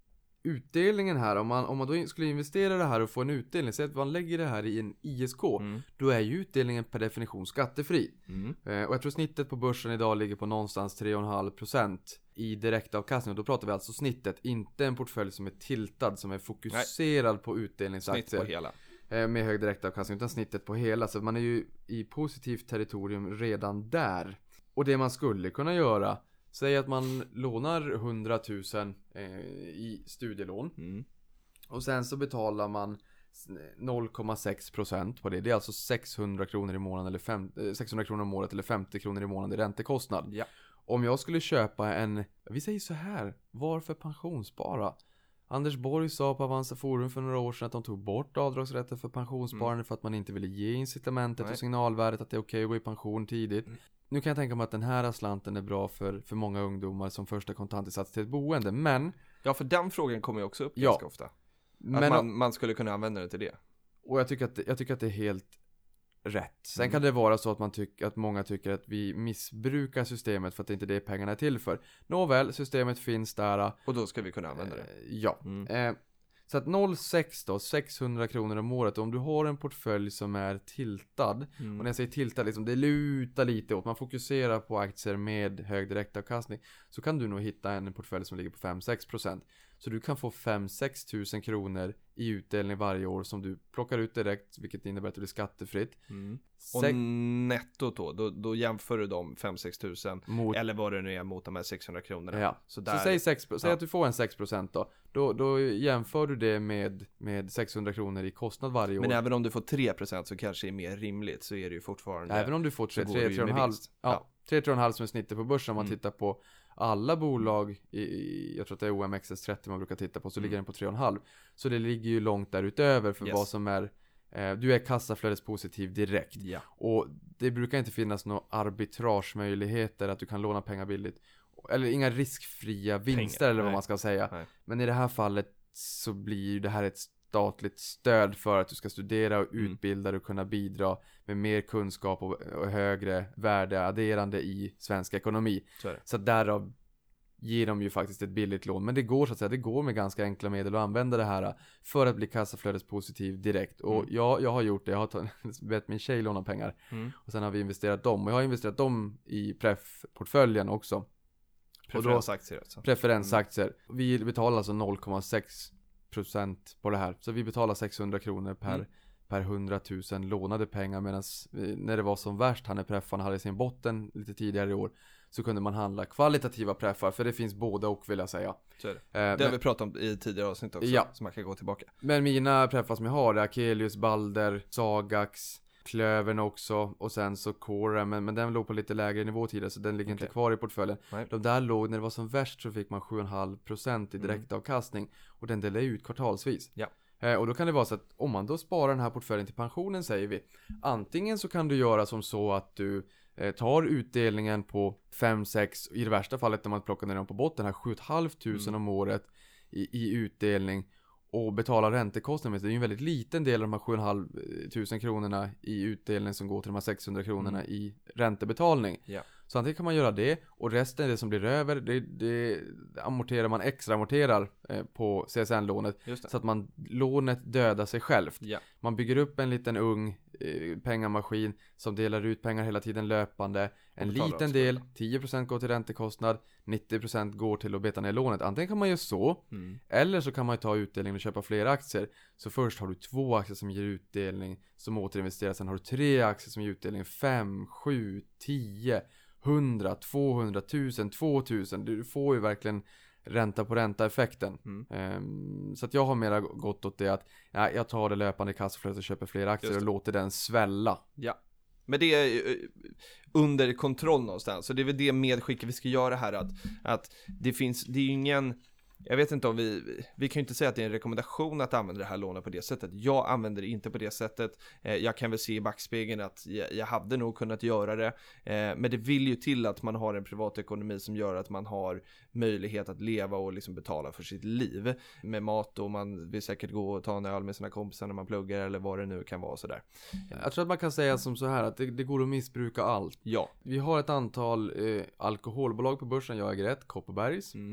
utdelningen här, om man, om man då skulle investera det här och få en utdelning, så att man lägger det här i en I S K, Mm. då är ju utdelningen per definition skattefri. Mm. Eh, och jag tror snittet på börsen idag ligger på någonstans tre komma fem procent i direktavkastning. Och då pratar vi alltså snittet, inte en portfölj som är tiltad, som är fokuserad Nej. på utdelningsaktier. Snitt på hela. Eh, med hög direktavkastning, utan snittet på hela. Så man är ju i positivt territorium redan där. Och det man skulle kunna göra, säg att man lånar hundratusen eh, i studielån. Mm. Och sen så betalar man noll komma sex procent på det. Det är alltså sexhundra kronor i månaden eller fem, sexhundra kronor om året eller femtio kronor i månaden i räntekostnad. Ja. Om jag skulle köpa en, vi säger så här, varför pensionsspara? Anders Borg sa på Avanza Forum för några år sedan att de tog bort avdragsrätten för pensionssparande mm. för att man inte ville ge incitamentet Nej. och signalvärdet att det är okej att gå i pension tidigt. Mm. Nu kan jag tänka mig att den här slanten är bra för, för många ungdomar som första kontantinsats till ett boende, men... Ja, för den frågan kommer ju också upp ja, ganska ofta. Att men, man, man skulle kunna använda det till det. Och jag tycker att, jag tycker att det är helt rätt. Sen Mm. kan det vara så att, man tycker, att många tycker att vi missbrukar systemet för att det inte är det pengarna är till för. Nåväl, systemet finns där. Och då ska vi kunna använda det. Eh, ja. Mm. Eh, så att noll komma sex då, sexhundra kronor om året. Om du har en portfölj som är tiltad. Mm. Och när jag säger tiltad, liksom, det lutar lite åt. Man fokuserar på aktier med hög direktavkastning. Så kan du nog hitta en portfölj som ligger på fem till sex procent. Så du kan få fem till sex tusen kronor i utdelning varje år som du plockar ut direkt, vilket innebär att det blir skattefritt. Mm. Och Sex... netto då, då, då jämför du de fem till sex tusen mot... eller vad det nu är mot de här sexhundra kronorna. Ja. Så, där... så säg, sex, säg ja. att du får en sex procent då. då. Då jämför du det med, med sexhundra kronor i kostnad varje år. Men även om du får tre procent så kanske det är mer rimligt, så är det ju fortfarande... Även om du får tre, tre, tre, tre, tre, tre, ja. tre, tre, tre som är snittet på börsen, om man Mm. tittar på alla bolag i, i, jag tror att det är O M X S trettio man brukar titta på, så Mm. ligger den på tre komma fem. Så det ligger ju långt därutöver för Yes. vad som är, eh, du är kassaflödespositiv direkt. Ja. Och det brukar inte finnas några arbitragemöjligheter att du kan låna pengar billigt. Eller inga riskfria vinster Pengar, eller vad nej. man ska säga. Nej. Men i det här fallet så blir ju det här ett statligt stöd för att du ska studera och Mm. utbilda dig och kunna bidra med mer kunskap och, och högre värdeadderande i svensk ekonomi. Så är det. Så därav ger de ju faktiskt ett billigt lån. Men det går så att säga, det går med ganska enkla medel att använda det här för att bli kassaflödespositiv direkt. Och Mm. jag, jag har gjort det, jag har tagit, bett min tjej låna pengar. Mm. Och sen har vi investerat dem. Och jag har investerat dem i pref-portföljen också. Preferensaktier alltså. Preferensaktier. Vi betalar alltså noll komma sex procent på det här. Så vi betalar sexhundra kronor per, Mm. per hundratusen lånade pengar. Medan när det var som värst, han är preffan hade sin botten lite tidigare i år, så kunde man handla kvalitativa preffar. För det finns båda och, vill jag säga. Så är det. Eh, Det har men, vi pratat om i tidigare avsnitt också, Ja. så man kan gå tillbaka. men mina preffar som jag har är Akelius, Balder, Sagax, Klövern också. Och sen så Core, men, men den låg på lite lägre nivå tidigare, så den ligger Okej. inte kvar i portföljen. Nej. De där låg, när det var som värst så fick man sju komma fem procent i Mm. direktavkastning. Och den delade ut kvartalsvis. Ja. Eh, och då kan det vara så att om man då sparar den här portföljen till pensionen, säger vi. Antingen så kan du göra som så att du eh, tar utdelningen på fem sex, i det värsta fallet när man plockar ner dem på botten här, sju komma fem tusen Mm. om året i, i utdelning. Och betala räntekostnader. Det är ju en väldigt liten del av de här sju komma fem tusen kronorna i utdelning som går till de här sexhundra kronorna Mm. i räntebetalning. Ja. Så antingen kan man göra det, och resten, det som blir över, det, det amorterar man, extra amorterar eh, på C S N-lånet. Just det. Så att man, lånet dödar sig självt. Ja. Man bygger upp en liten ung eh, pengamaskin som delar ut pengar hela tiden löpande. En betalar liten av del, skulden. tio procent går till räntekostnad, nittio procent går till att beta ner lånet. Antingen kan man göra så, Mm. eller så kan man ju ta utdelningen och köpa fler aktier. Så först har du två aktier som ger utdelning, som återinvesteras. Sen har du tre aktier som ger utdelning, fem, sju, tio, hundra, tvåhundra, tusen, tvåtusen. Du får ju verkligen ränta på ränta effekten. Mm. Um, så att jag har mera gått åt det att ja, jag tar det löpande kassaflödet och köper fler aktier Just och det. låter den svälla. Ja. Men det är eh, under kontroll någonstans. Så det är väl det medskicket vi ska göra här, att, att det finns, det är ju ingen, jag vet inte om vi, vi kan ju inte säga att det är en rekommendation att använda det här lånet på det sättet. Jag använder det inte på det sättet. Eh, jag kan väl se i backspegeln att jag, jag hade nog kunnat göra det. Eh, men det vill ju till att man har en privatekonomi som gör att man har möjlighet att leva och liksom betala för sitt liv. Med mat, och man vill säkert gå och ta en öl med sina kompisar när man pluggar eller vad det nu kan vara sådär. Jag tror att man kan säga som så här att det, det går att missbruka allt. Ja. Vi har ett antal eh, alkoholbolag på börsen. Jag äger ett, Kopparbergs. Mm.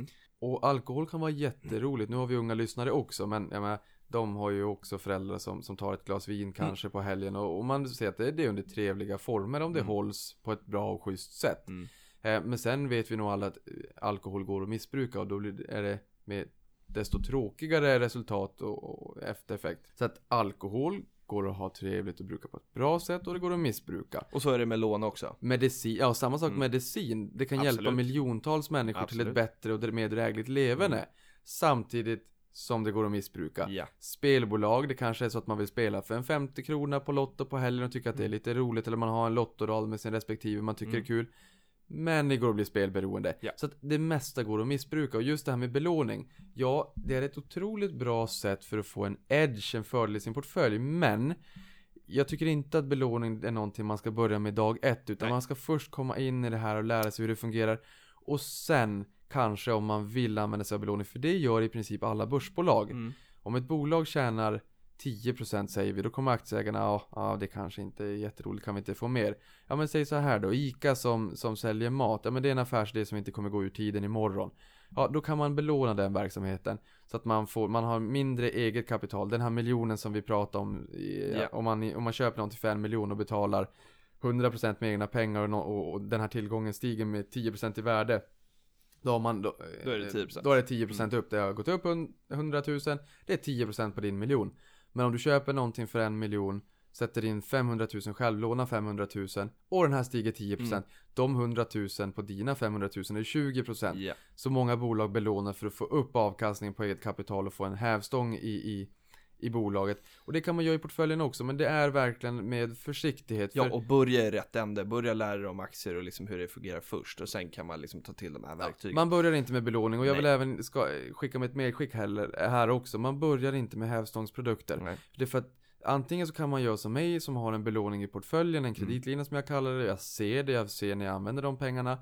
Och alkohol kan vara jätteroligt. Nu har vi unga lyssnare också, men jag menar, de har ju också föräldrar som, som tar ett glas vin kanske mm. på helgen. Och, och man ser att det, det är under trevliga former om det mm. hålls på ett bra och schysst sätt. Mm. Eh, men sen vet vi nog alla att alkohol går att missbruka, och då blir, är det med desto tråkigare resultat och, och eftereffekt. Så att alkohol går att ha trevligt och bruka på ett bra sätt, och det går att missbruka. Och så är det med lån också. Medicin, ja, samma sak mm. medicin. Det kan Absolut. hjälpa miljontals människor Absolut. till ett bättre och mer drägligt levande. Mm. Samtidigt som det går att missbruka. Ja. Spelbolag, det kanske är så att man vill spela för en femtio kronor på Lotto på helgen och tycker att det är lite roligt, eller man har en lottorad med sin respektive man tycker mm. är kul. Men det går att bli spelberoende. Ja. Så att det mesta går att missbruka. Och just det här med belåning, ja, det är ett otroligt bra sätt för att få en edge, en fördel i sin portfölj. Men jag tycker inte att belåning är någonting man ska börja med dag ett, utan Nej. man ska först komma in i det här och lära sig hur det fungerar. Och sen kanske om man vill använda sig av belåning, för det gör i princip alla börsbolag. Mm. Om ett bolag tjänar tio procent säger vi, då kommer aktieägarna, ja, ja det kanske inte är jätteroligt, kan vi inte få mer. Ja, men säg så här då, ICA som, som säljer mat, ja men det är en affärsidé som inte kommer gå ur tiden imorgon. Ja, då kan man belåna den verksamheten så att man får, man har mindre eget kapital. Den här miljonen som vi pratar om, yeah. om, man, om man köper något för en miljon och betalar hundra procent med egna pengar och, no, och, och den här tillgången stiger med tio procent i värde. Då, har man, då, då är det tio procent. Då är det tio procent upp. Det har gått upp hundra tusen. Det är tio procent på din miljon. Men om du köper någonting för en miljon, sätter in femhundratusen själv, lånar femhundratusen och den här stiger tio procent. Mm. De hundratusen på dina femhundratusen är tjugo procent. Yeah. Så många bolag belånar för att få upp avkastningen på eget kapital och få en hävstång i, i, i bolaget. Och det kan man göra i portföljen också, men det är verkligen med försiktighet. För... Ja, och börja i rätt ände. Börja lära dig om aktier och liksom hur det fungerar först. Och sen kan man liksom ta till de här verktygen. Ja, man börjar inte med belåning. Och jag Nej. vill även ska skicka med ett medskick heller, här också. Man börjar inte med hävstångsprodukter. Nej. Det är för att antingen så kan man göra som mig som har en belåning i portföljen, en kreditlina mm. som jag kallar det. Jag ser det, jag ser när jag använder de pengarna.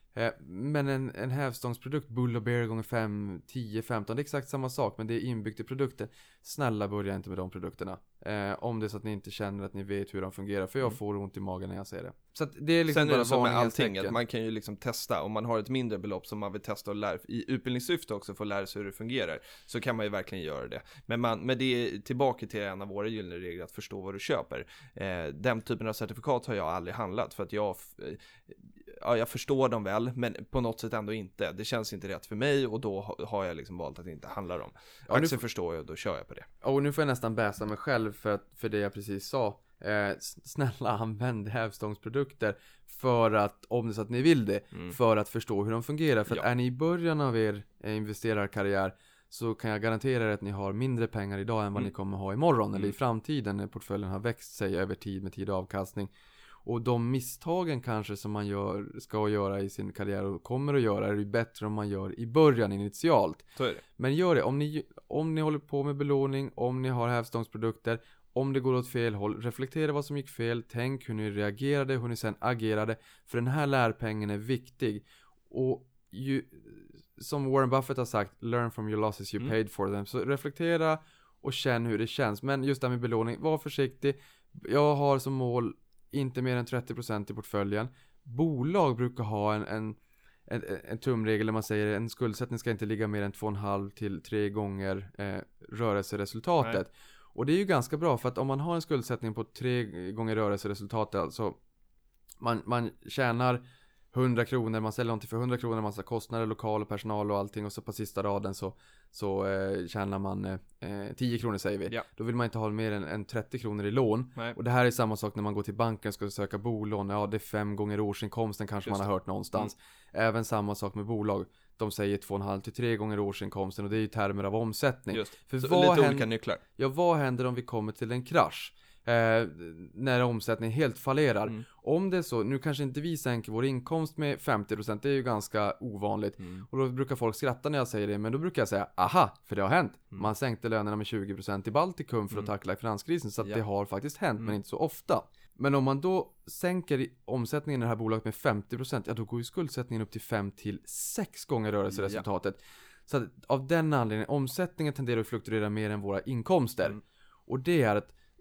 Men en, en hävstångsprodukt, Bull och Bear gånger fem, tio, femton, det är exakt samma sak, men det är inbyggt i produkten. Snälla börja inte med de produkterna. Eh, om det är så att ni inte känner att ni vet hur de fungerar, för jag mm. får ont i magen när jag ser det. Så att det är liksom Sen är bara det som med allting, att man kan ju liksom testa, om man har ett mindre belopp som man vill testa och lära, i utbildningssyfte också få lära sig hur det fungerar, så kan man ju verkligen göra det. Men, man, men det är tillbaka till en av våra gyllene regler, att förstå vad du köper. Eh, den typen av certifikat har jag aldrig handlat, för att jag... Eh, ja, jag förstår dem väl, men på något sätt ändå inte. Det känns inte rätt för mig, och då har jag liksom valt att inte handla dem. Ja, aktier förstår jag, och då kör jag på det. Och nu får jag nästan bäsa mig själv för, att, för det jag precis sa. Eh, snälla, använd hävstångsprodukter för att, om det är så att ni vill det, mm. för att förstå hur de fungerar. För att ja. är ni i början av er eh, investerarkarriär, så kan jag garantera er att ni har mindre pengar idag än vad mm. ni kommer ha imorgon mm. eller i framtiden, när portföljen har växt sig över tid med tid och avkastning. Och de misstagen kanske som man gör, ska göra i sin karriär och kommer att göra, är det bättre om man gör i början initialt. Så är det. Men gör det, om ni, om ni håller på med belåning, om ni har hävstångsprodukter, om det går åt fel håll, reflektera vad som gick fel, tänk hur ni reagerade, hur ni sen agerade, för den här lärpengen är viktig. Och ju, som Warren Buffett har sagt, learn from your losses, you mm. paid for them. Så reflektera och känn hur det känns. Men just det med belåning, var försiktig. Jag har som mål inte mer än trettio procent i portföljen. Bolag brukar ha en, en, en, en tumregel där man säger en skuldsättning ska inte ligga mer än två och en halv till tre gånger eh, rörelseresultatet. Nej. Och det är ju ganska bra, för att om man har en skuldsättning på tre gånger rörelseresultatet, alltså man, man tjänar hundra kronor, man säljer någonting för hundra kronor, massa kostnader, lokal och personal och allting, och så på sista raden så, så eh, tjänar man eh, tio kronor säger vi. Ja. Då vill man inte ha mer än, än trettio kronor i lån. Nej. Och det här är samma sak när man går till banken och ska söka bolån. Ja, det är fem gånger årsinkomsten kanske Just man har hört någonstans. Mm. Även samma sak med bolag. De säger två och en halv till tre gånger årsinkomsten, och det är i termer av omsättning. Just. För så vad lite händer, olika nycklar. Ja, vad händer om vi kommer till en krasch? Eh, när omsättningen helt fallerar. Mm. Om det är så, nu kanske inte vi sänker vår inkomst med femtio procent, det är ju ganska ovanligt. Mm. Och då brukar folk skratta när jag säger det, men då brukar jag säga, aha, för det har hänt. Mm. Man sänkte lönerna med tjugo procent i Baltikum för mm. att tackla finanskrisen, så att ja. det har faktiskt hänt, mm. men inte så ofta. Men om man då sänker omsättningen i det här bolaget med femtio procent, ja då går ju skuldsättningen upp till fem till sex gånger rörelseresultatet. Ja. Så att av den anledningen, omsättningen tenderar att fluktuera mer än våra inkomster. Mm. Och det är att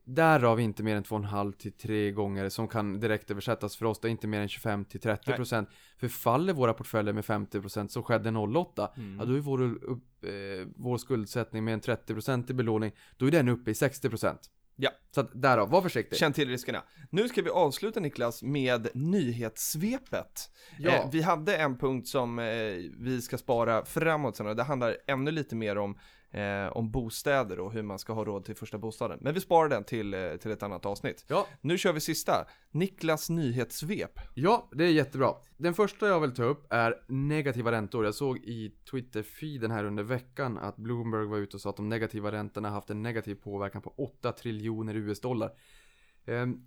Därav inte mer än två komma fem till tre gånger som kan direkt översättas för oss. Det är inte mer än tjugofem till trettio procent. För faller våra portföljer med femtio procent så skedde noll komma åtta. Mm. Ja, då är vår, upp, eh, vår skuldsättning med en trettio procent i belåning. Då är den uppe i sextio procent. Ja. Så att därav, var försiktig. Känn till riskerna. Nu ska vi avsluta, Niklas, med nyhetssvepet. Ja. Eh, vi hade en punkt som eh, vi ska spara framåt sen, och det handlar ännu lite mer om Eh, om bostäder och hur man ska ha råd till första bostaden. Men vi sparar den till, eh, till ett annat avsnitt. Ja. Nu kör vi sista. Niklas nyhetssvep. Ja, det är jättebra. Den första jag vill ta upp är negativa räntor. Jag såg i Twitter-feeden här under veckan att Bloomberg var ute och sa att de negativa räntorna haft en negativ påverkan på åtta triljoner U S-dollar. Ehm,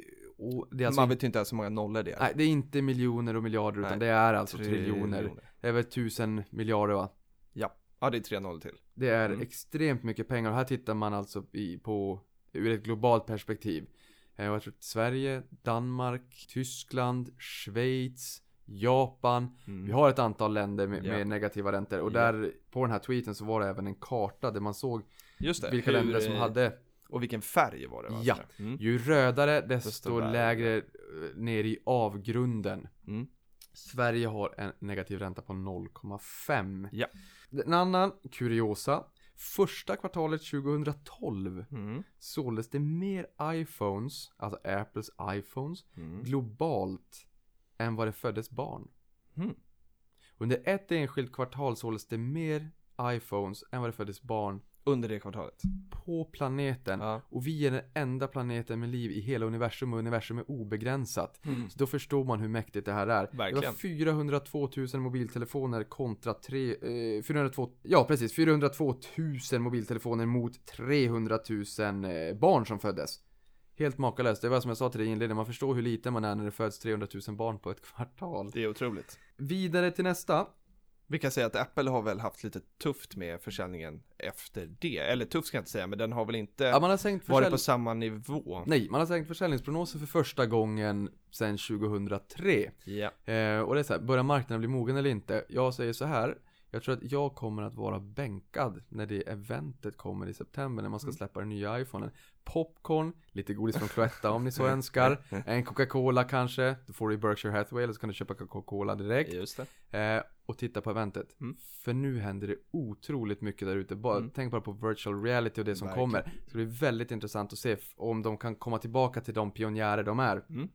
och det är alltså man vet ju inte ens hur många nollor det är. Nej, det är inte miljoner och miljarder utan nej, det är alltså triljoner. triljoner. Det är väl tusen miljarder, va? Ja. Ja, det är tre noll till. Det är mm. extremt mycket pengar. Och här tittar man alltså i, på ur ett globalt perspektiv. Eh, jag tror att Sverige, Danmark, Tyskland, Schweiz, Japan. Mm. Vi har ett antal länder med, ja. med negativa räntor. Och där ja. på den här tweeten så var det även en karta där man såg Just det. vilka Hur, länder som hade. Och vilken färg var det? Va? Ja, mm. ju rödare desto, desto lägre ner i avgrunden. Mm. Sverige har en negativ ränta på noll komma fem. Ja. En annan kuriosa. Första kvartalet tjugotolv mm. såldes det mer iPhones, alltså Apples iPhones, mm. globalt än vad det föddes barn. Mm. Under ett enskilt kvartal såldes det mer iPhones än vad det föddes barn. Under det kvartalet. På planeten. Ja. Och vi är den enda planeten med liv i hela universum. Och universum är obegränsat. Mm. Så då förstår man hur mäktigt det här är. Verkligen. Det var fyrahundratvåtusen mobiltelefoner kontra tre, eh, fyrahundratvå, ja precis, fyrahundratvåtusen mobiltelefoner mot trehundratusen eh, barn som föddes. Helt makalöst. Det var som jag sa till dig i inledningen. Man förstår hur liten man är när det föds trehundratusen barn på ett kvartal. Det är otroligt. Vidare till nästa. Vi kan säga att Apple har väl haft lite tufft med försäljningen efter det. Eller tufft ska jag inte säga, men den har väl inte ja, man har sänkt försälj... varit på samma nivå. Nej, man har sänkt försäljningsprognoser för första gången sedan tjugohundratre. Ja. Eh, och det är så här, börjar marknaden bli mogen eller inte? Jag säger så här, jag tror att jag kommer att vara bänkad när det eventet kommer i september när man ska släppa den nya iPhonen. Popcorn, lite godis från Cloetta om ni så önskar. En Coca-Cola kanske, då får du i Berkshire Hathaway eller så kan du köpa Coca-Cola direkt. Just det. Eh, och titta på eventet. Mm. För nu händer det otroligt mycket där ute. Bara, mm. Tänk bara på virtual reality och det som Verkligen. kommer. Så det är väldigt intressant att se om de kan komma tillbaka till de pionjärer de är. Mm.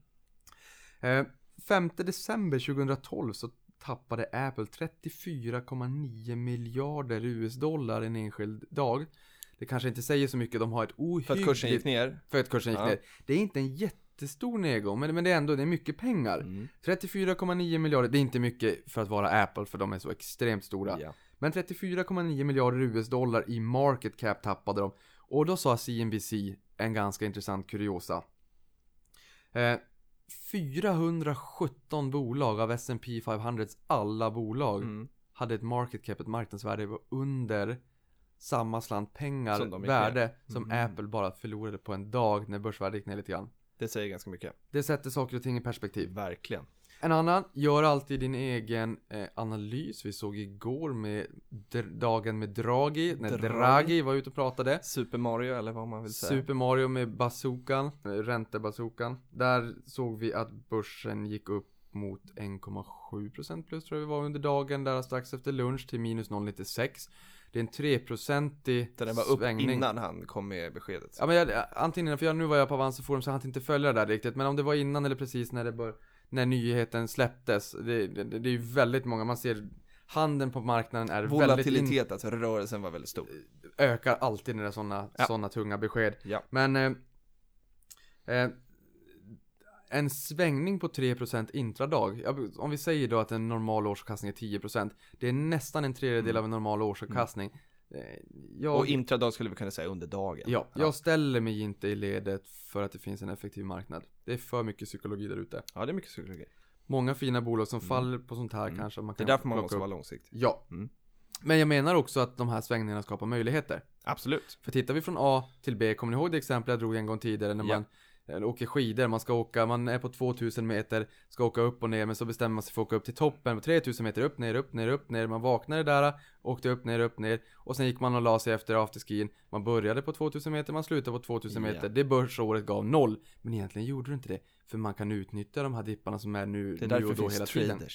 Eh, femte december tjugotolv så tappade Apple trettiofyra komma nio miljarder U S-dollar en enskild dag. Det kanske inte säger så mycket. De har ett ohyggligt... För att kursen gick ner. För att kursen gick ja. ner. Det är inte en jättestor nedgång. Men, men det är ändå det är mycket pengar. Mm. trettiofyra komma nio miljarder. Det är inte mycket för att vara Apple. För de är så extremt stora. Ja. Men trettiofyra komma nio miljarder U S-dollar i market cap tappade de. Och då sa C N B C en ganska intressant kuriosa. Eh... fyrahundrasjutton bolag av S and P femhundras alla bolag mm. hade ett market cap, ett marknadsvärde under samma slant pengar som värde mm. som Apple bara förlorade på en dag när börsvärdet gick ner lite grann. Det säger ganska mycket. Det sätter saker och ting i perspektiv. Verkligen. En annan, gör alltid din egen eh, analys. Vi såg igår med d- dagen med Draghi, när Draghi. Draghi var ute och pratade. Super Mario eller vad man vill säga. Super Mario med bazookan, räntebazookan. Där såg vi att börsen gick upp mot en komma sju procent plus tror jag vi var under dagen. Där strax efter lunch till minus noll komma nittiosex. Det är en tre procentig Den var upp svängning. Innan han kom med beskedet. Ja men jag, antingen, för jag, nu var jag på Avanza Forum så jag hann inte följa det där riktigt. Men om det var innan eller precis när det bör, när nyheten släpptes. Det, det, det är ju väldigt många, man ser handeln på marknaden är volatilitet, väldigt in, alltså rörelsen var väldigt stor. Ökar alltid när det är sådana ja. såna tunga besked. Ja. Men eh, eh, en svängning på tre procent intradag. Om vi säger då att en normal årsavkastning är tio procent. Det är nästan en tredjedel mm. av en normal årsavkastning. Mm. Jag, och intradag skulle vi kunna säga under dagen. Ja, ja, jag ställer mig inte i ledet för att det finns en effektiv marknad. Det är för mycket psykologi där ute. Ja, det är mycket psykologi. Många fina bolag som mm. faller på sånt här mm. kanske. Man kan det är därför man måste upp. vara långsiktig. Ja. Mm. Men jag menar också att de här svängningarna skapar möjligheter. Absolut. För tittar vi från A till B, kommer ni ihåg det exempel jag drog en gång tidigare när ja. man eller åker skidor, man ska åka, man är på tvåtusen meter, ska åka upp och ner, men så bestämmer man sig för att åka upp till toppen på tretusen meter, upp, ner, upp, ner, upp, ner, man vaknade där, åkte upp, ner, upp, ner, och sen gick man och la sig efter afterskin, man började på tvåtusen meter, man slutade på tvåtusen meter, Yeah. det börsåret gav noll, men egentligen gjorde det inte det, för man kan utnyttja de här dipparna som är nu, Det är nu därför och då finns hela traders. tiden.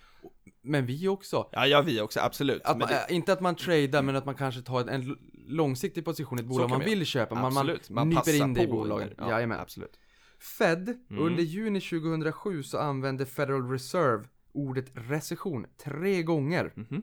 Men vi också. Ja, ja, vi också, absolut. Att Men man, det, äh, inte att man tradar, men att man kanske tar en, en långsiktig position i ett bolag kan man vi vill köpa. Man, absolut. man, Man nyper passar in det i på bolaget. under- ja, Jajamän. absolut. Fed, Mm. under juni tjugohundrasju så använde Federal Reserve ordet recession tre gånger. Mhm.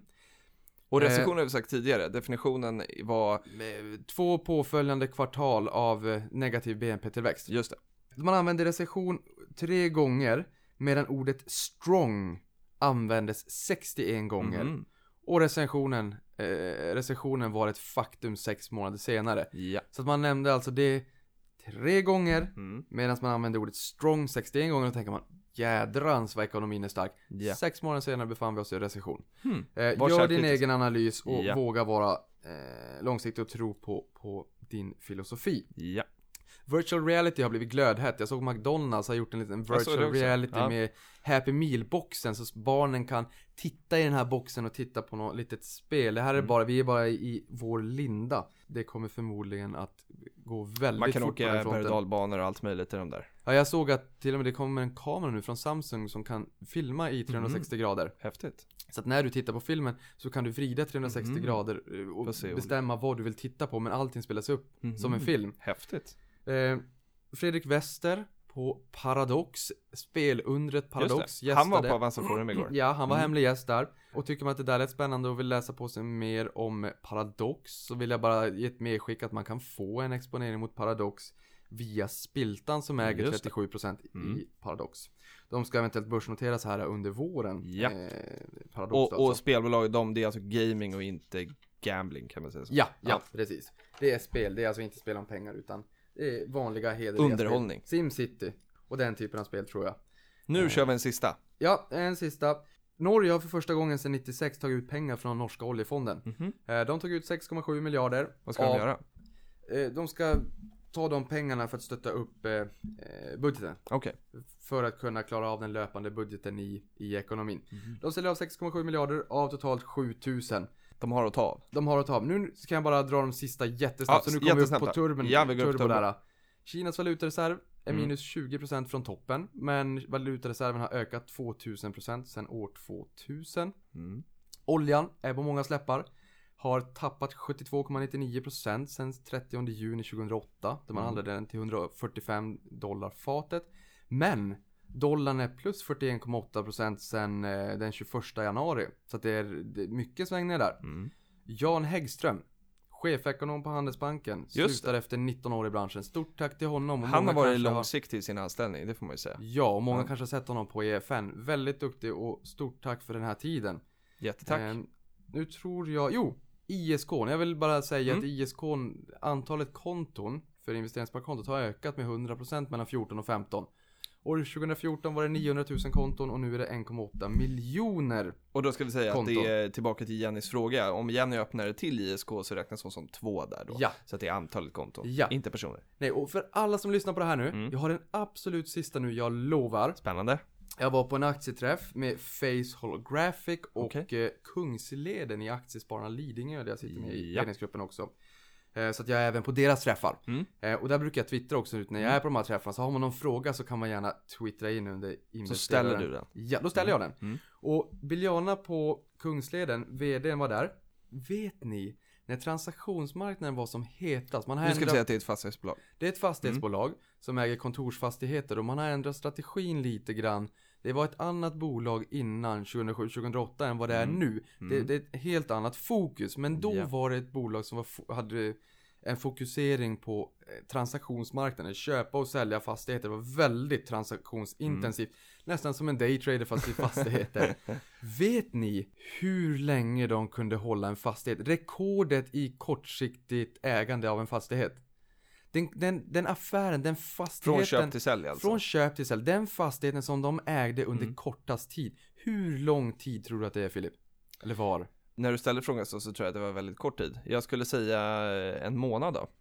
Och Eh, recession har vi sagt tidigare, definitionen var, Med två påföljande kvartal av eh, negativ B N P-tillväxt. just det, Man använde recession tre gånger, medan ordet strong användes sextioen gånger. Mhm. Och recessionen, eh, recessionen var ett faktum sex månader senare. Ja. Så att man nämnde alltså det tre gånger, Mm. medan man använde ordet strong sextioen gånger, och tänker man, jädrans vad ekonomin är stark. Ja. Sex månader senare befann vi oss i recession. Hmm. Eh, Var gör din källkritisk. egen analys och Ja. våga vara eh, långsiktig och tro på, på din filosofi. Ja. Virtual reality har blivit glödhett. Jag såg McDonalds har gjort en liten Jag såg det virtual också. reality Ja. med Happy Meal-boxen, så barnen kan titta i den här boxen och titta på något litet spel. Det här är Mm. bara, vi är bara i vår linda. Det kommer förmodligen att gå väldigt Man kan fort på den åka fronten. berg- och dalbanor och allt möjligt i de där. Ja, jag såg att till och med det kommer en kamera nu från Samsung som kan filma i Mm. trehundrasextio grader. Häftigt. Så att när du tittar på filmen så kan du vrida trehundrasextio Mhm. grader eh, och Får se. bestämma vad du vill titta på, men allting spelas upp Mhm. som en film. Häftigt. Eh, Fredrik Wester på Paradox, spelundret Paradox, Just det. Han var gästade. på Avanza Forum igår. Ja, han var Mm. hemlig gäst där. Och tycker man att det där är spännande och vill läsa på sig mer om Paradox, så vill jag bara ge ett medskick att man kan få en exponering mot Paradox via Spiltan som äger Just det. trettiosju procent Mm. i Paradox. De ska eventuellt börsnoteras här under våren. Ja. Eh, Paradox Och, alltså. och spelbolag, de, det är alltså gaming och inte gambling, kan man säga så. Ja, ja, precis. Det är spel, det är alltså inte spel om pengar, utan det är vanliga hederliga Underhållning. spel. SimCity och den typen av spel, tror jag. Nu kör vi en sista. Ja, en sista. Norge har för första gången sedan nittiosex tagit ut pengar från norska oljefonden. Mhm. Eh, De tog ut sex komma sju miljarder. Vad ska av- de göra? eh, De ska ta de pengarna för att stötta upp eh, eh, budgeten. Okej. För att kunna klara av den löpande budgeten i, i ekonomin. Mhm. De säljer av sex komma sju miljarder av totalt sju tusen. De har att ta av. De har att ta av. Nu ska jag bara dra de sista jättesnabbt. Ja, så nu kommer vi upp jättesnabbt på då. turben, Ja, vi går upp turbo turbo. där. Kinas valutareserv är Mm. minus tjugo procent från toppen. Men valutareserven har ökat tvåtusen procent sedan år tvåtusen. Mm. Oljan är på många släppar. Har tappat sjuttiotvå komma nittionio procent sedan trettionde juni tjugohundraåtta. Där man Mm. handlade den till hundrafyrtiofem dollar fatet. Men dollarn är plus fyrtioen komma åtta procent sedan eh, den tjugoförsta januari. Så att det, är, det är mycket svängningar där. Mm. Jan Häggström, chefekonom på Handelsbanken, Just slutar efter nitton år i branschen. Stort tack till honom. Och Han har många varit kanske har- långsiktig i sin anställning, det får man ju säga. Ja, och många Ja. kanske har sett honom på E F N. Väldigt duktig och stort tack för den här tiden. Jättetack. Eh, nu tror jag, jo, I S K. Jag vill bara säga Mm. att I S K, antalet konton för investeringssparkontot har ökat med hundra procent mellan fjorton och femton. År tjugofjorton var det niohundratusen konton och nu är det en komma åtta miljoner. Och då ska vi säga konton. att det är tillbaka till Jennys fråga. Om Jenny öppnar det till I S K så räknas hon som två där då. Ja. Så att det är antalet konton, Ja. inte personer. Nej, och för alla som lyssnar på det här nu, Mm. jag har den absolut sista nu, jag lovar. Spännande. Jag var på en aktieträff med Face Holographic och Okej. eh, Kungsleden i Aktiespararna Lidingö, där jag sitter med i Ja. ledningsgruppen också. Eh, så att jag är även på deras träffar. Mm. Eh, och där brukar jag twittra också ut när jag är på de här träffarna. Så har man någon fråga så kan man gärna twittra in under investeraren. Så ställer du den. Ja, då ställer jag den. Mm. Och Biljana på Kungsleden, vdn var där. Vet ni, när transaktionsmarknaden var som hetast, man har Nu ska vi ändrat- säga att det är ett fastighetsbolag. det är ett fastighetsbolag som äger kontorsfastigheter och man har ändrat strategin lite grann. Det var ett annat bolag innan tjugohundrasju tjugohundraåtta än vad det är Mm. nu. Det, Mm. det är ett helt annat fokus, men då Ja. var det ett bolag som var fo- hade en fokusering på eh, transaktionsmarknaden, köpa och sälja fastigheter. Det var väldigt transaktionsintensivt, Mm. nästan som en daytrader fast i fastigheter. Vet ni hur länge de kunde hålla en fastighet? Rekordet i kortsiktigt ägande av en fastighet. Den, den, den affären, den fastigheten. Från köp till sälj alltså. Från köp till sälj. Den fastigheten som de ägde under Mm. kortast tid. Hur lång tid tror du att det är, Filip? Eller var? När du ställer frågan så, så tror jag att det var väldigt kort tid. Jag skulle säga en månad då.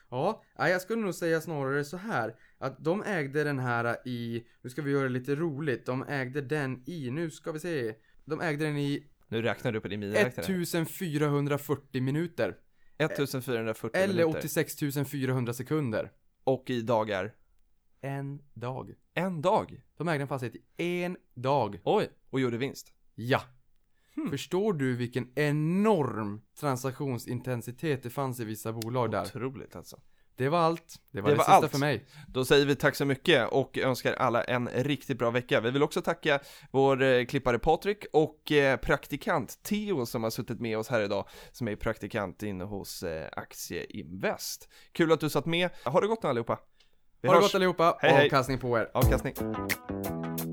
Ja, nej, jag skulle nog säga snarare så här. Att de ägde den här i, nu ska vi göra det lite roligt. De ägde den i, nu ska vi se. De ägde den i Nu räknar du på din miniräknare. fjortonhundrafyrtio minuter. fjortonhundrafyrtio Eller minuter. åttiosex tusen fyrahundra sekunder. Och i dagar. En dag. En dag. De ägde en fastighet i en dag. Oj, och gjorde vinst. Ja. Hmm. Förstår du vilken enorm transaktionsintensitet det fanns i vissa bolag där? Otroligt alltså. Det var allt. Det var Det det, var sista allt. för mig. Då säger vi tack så mycket och önskar alla en riktigt bra vecka. Vi vill också tacka vår eh, klippare Patrik och eh, praktikant Theo som har suttit med oss här idag, som är praktikant inne hos eh, Aktieinvest. Kul att du satt med. Ha det gott nu allihopa. Vi Ha det hörs. gott allihopa. Hej, hej. Avkastning på er. Avkastning.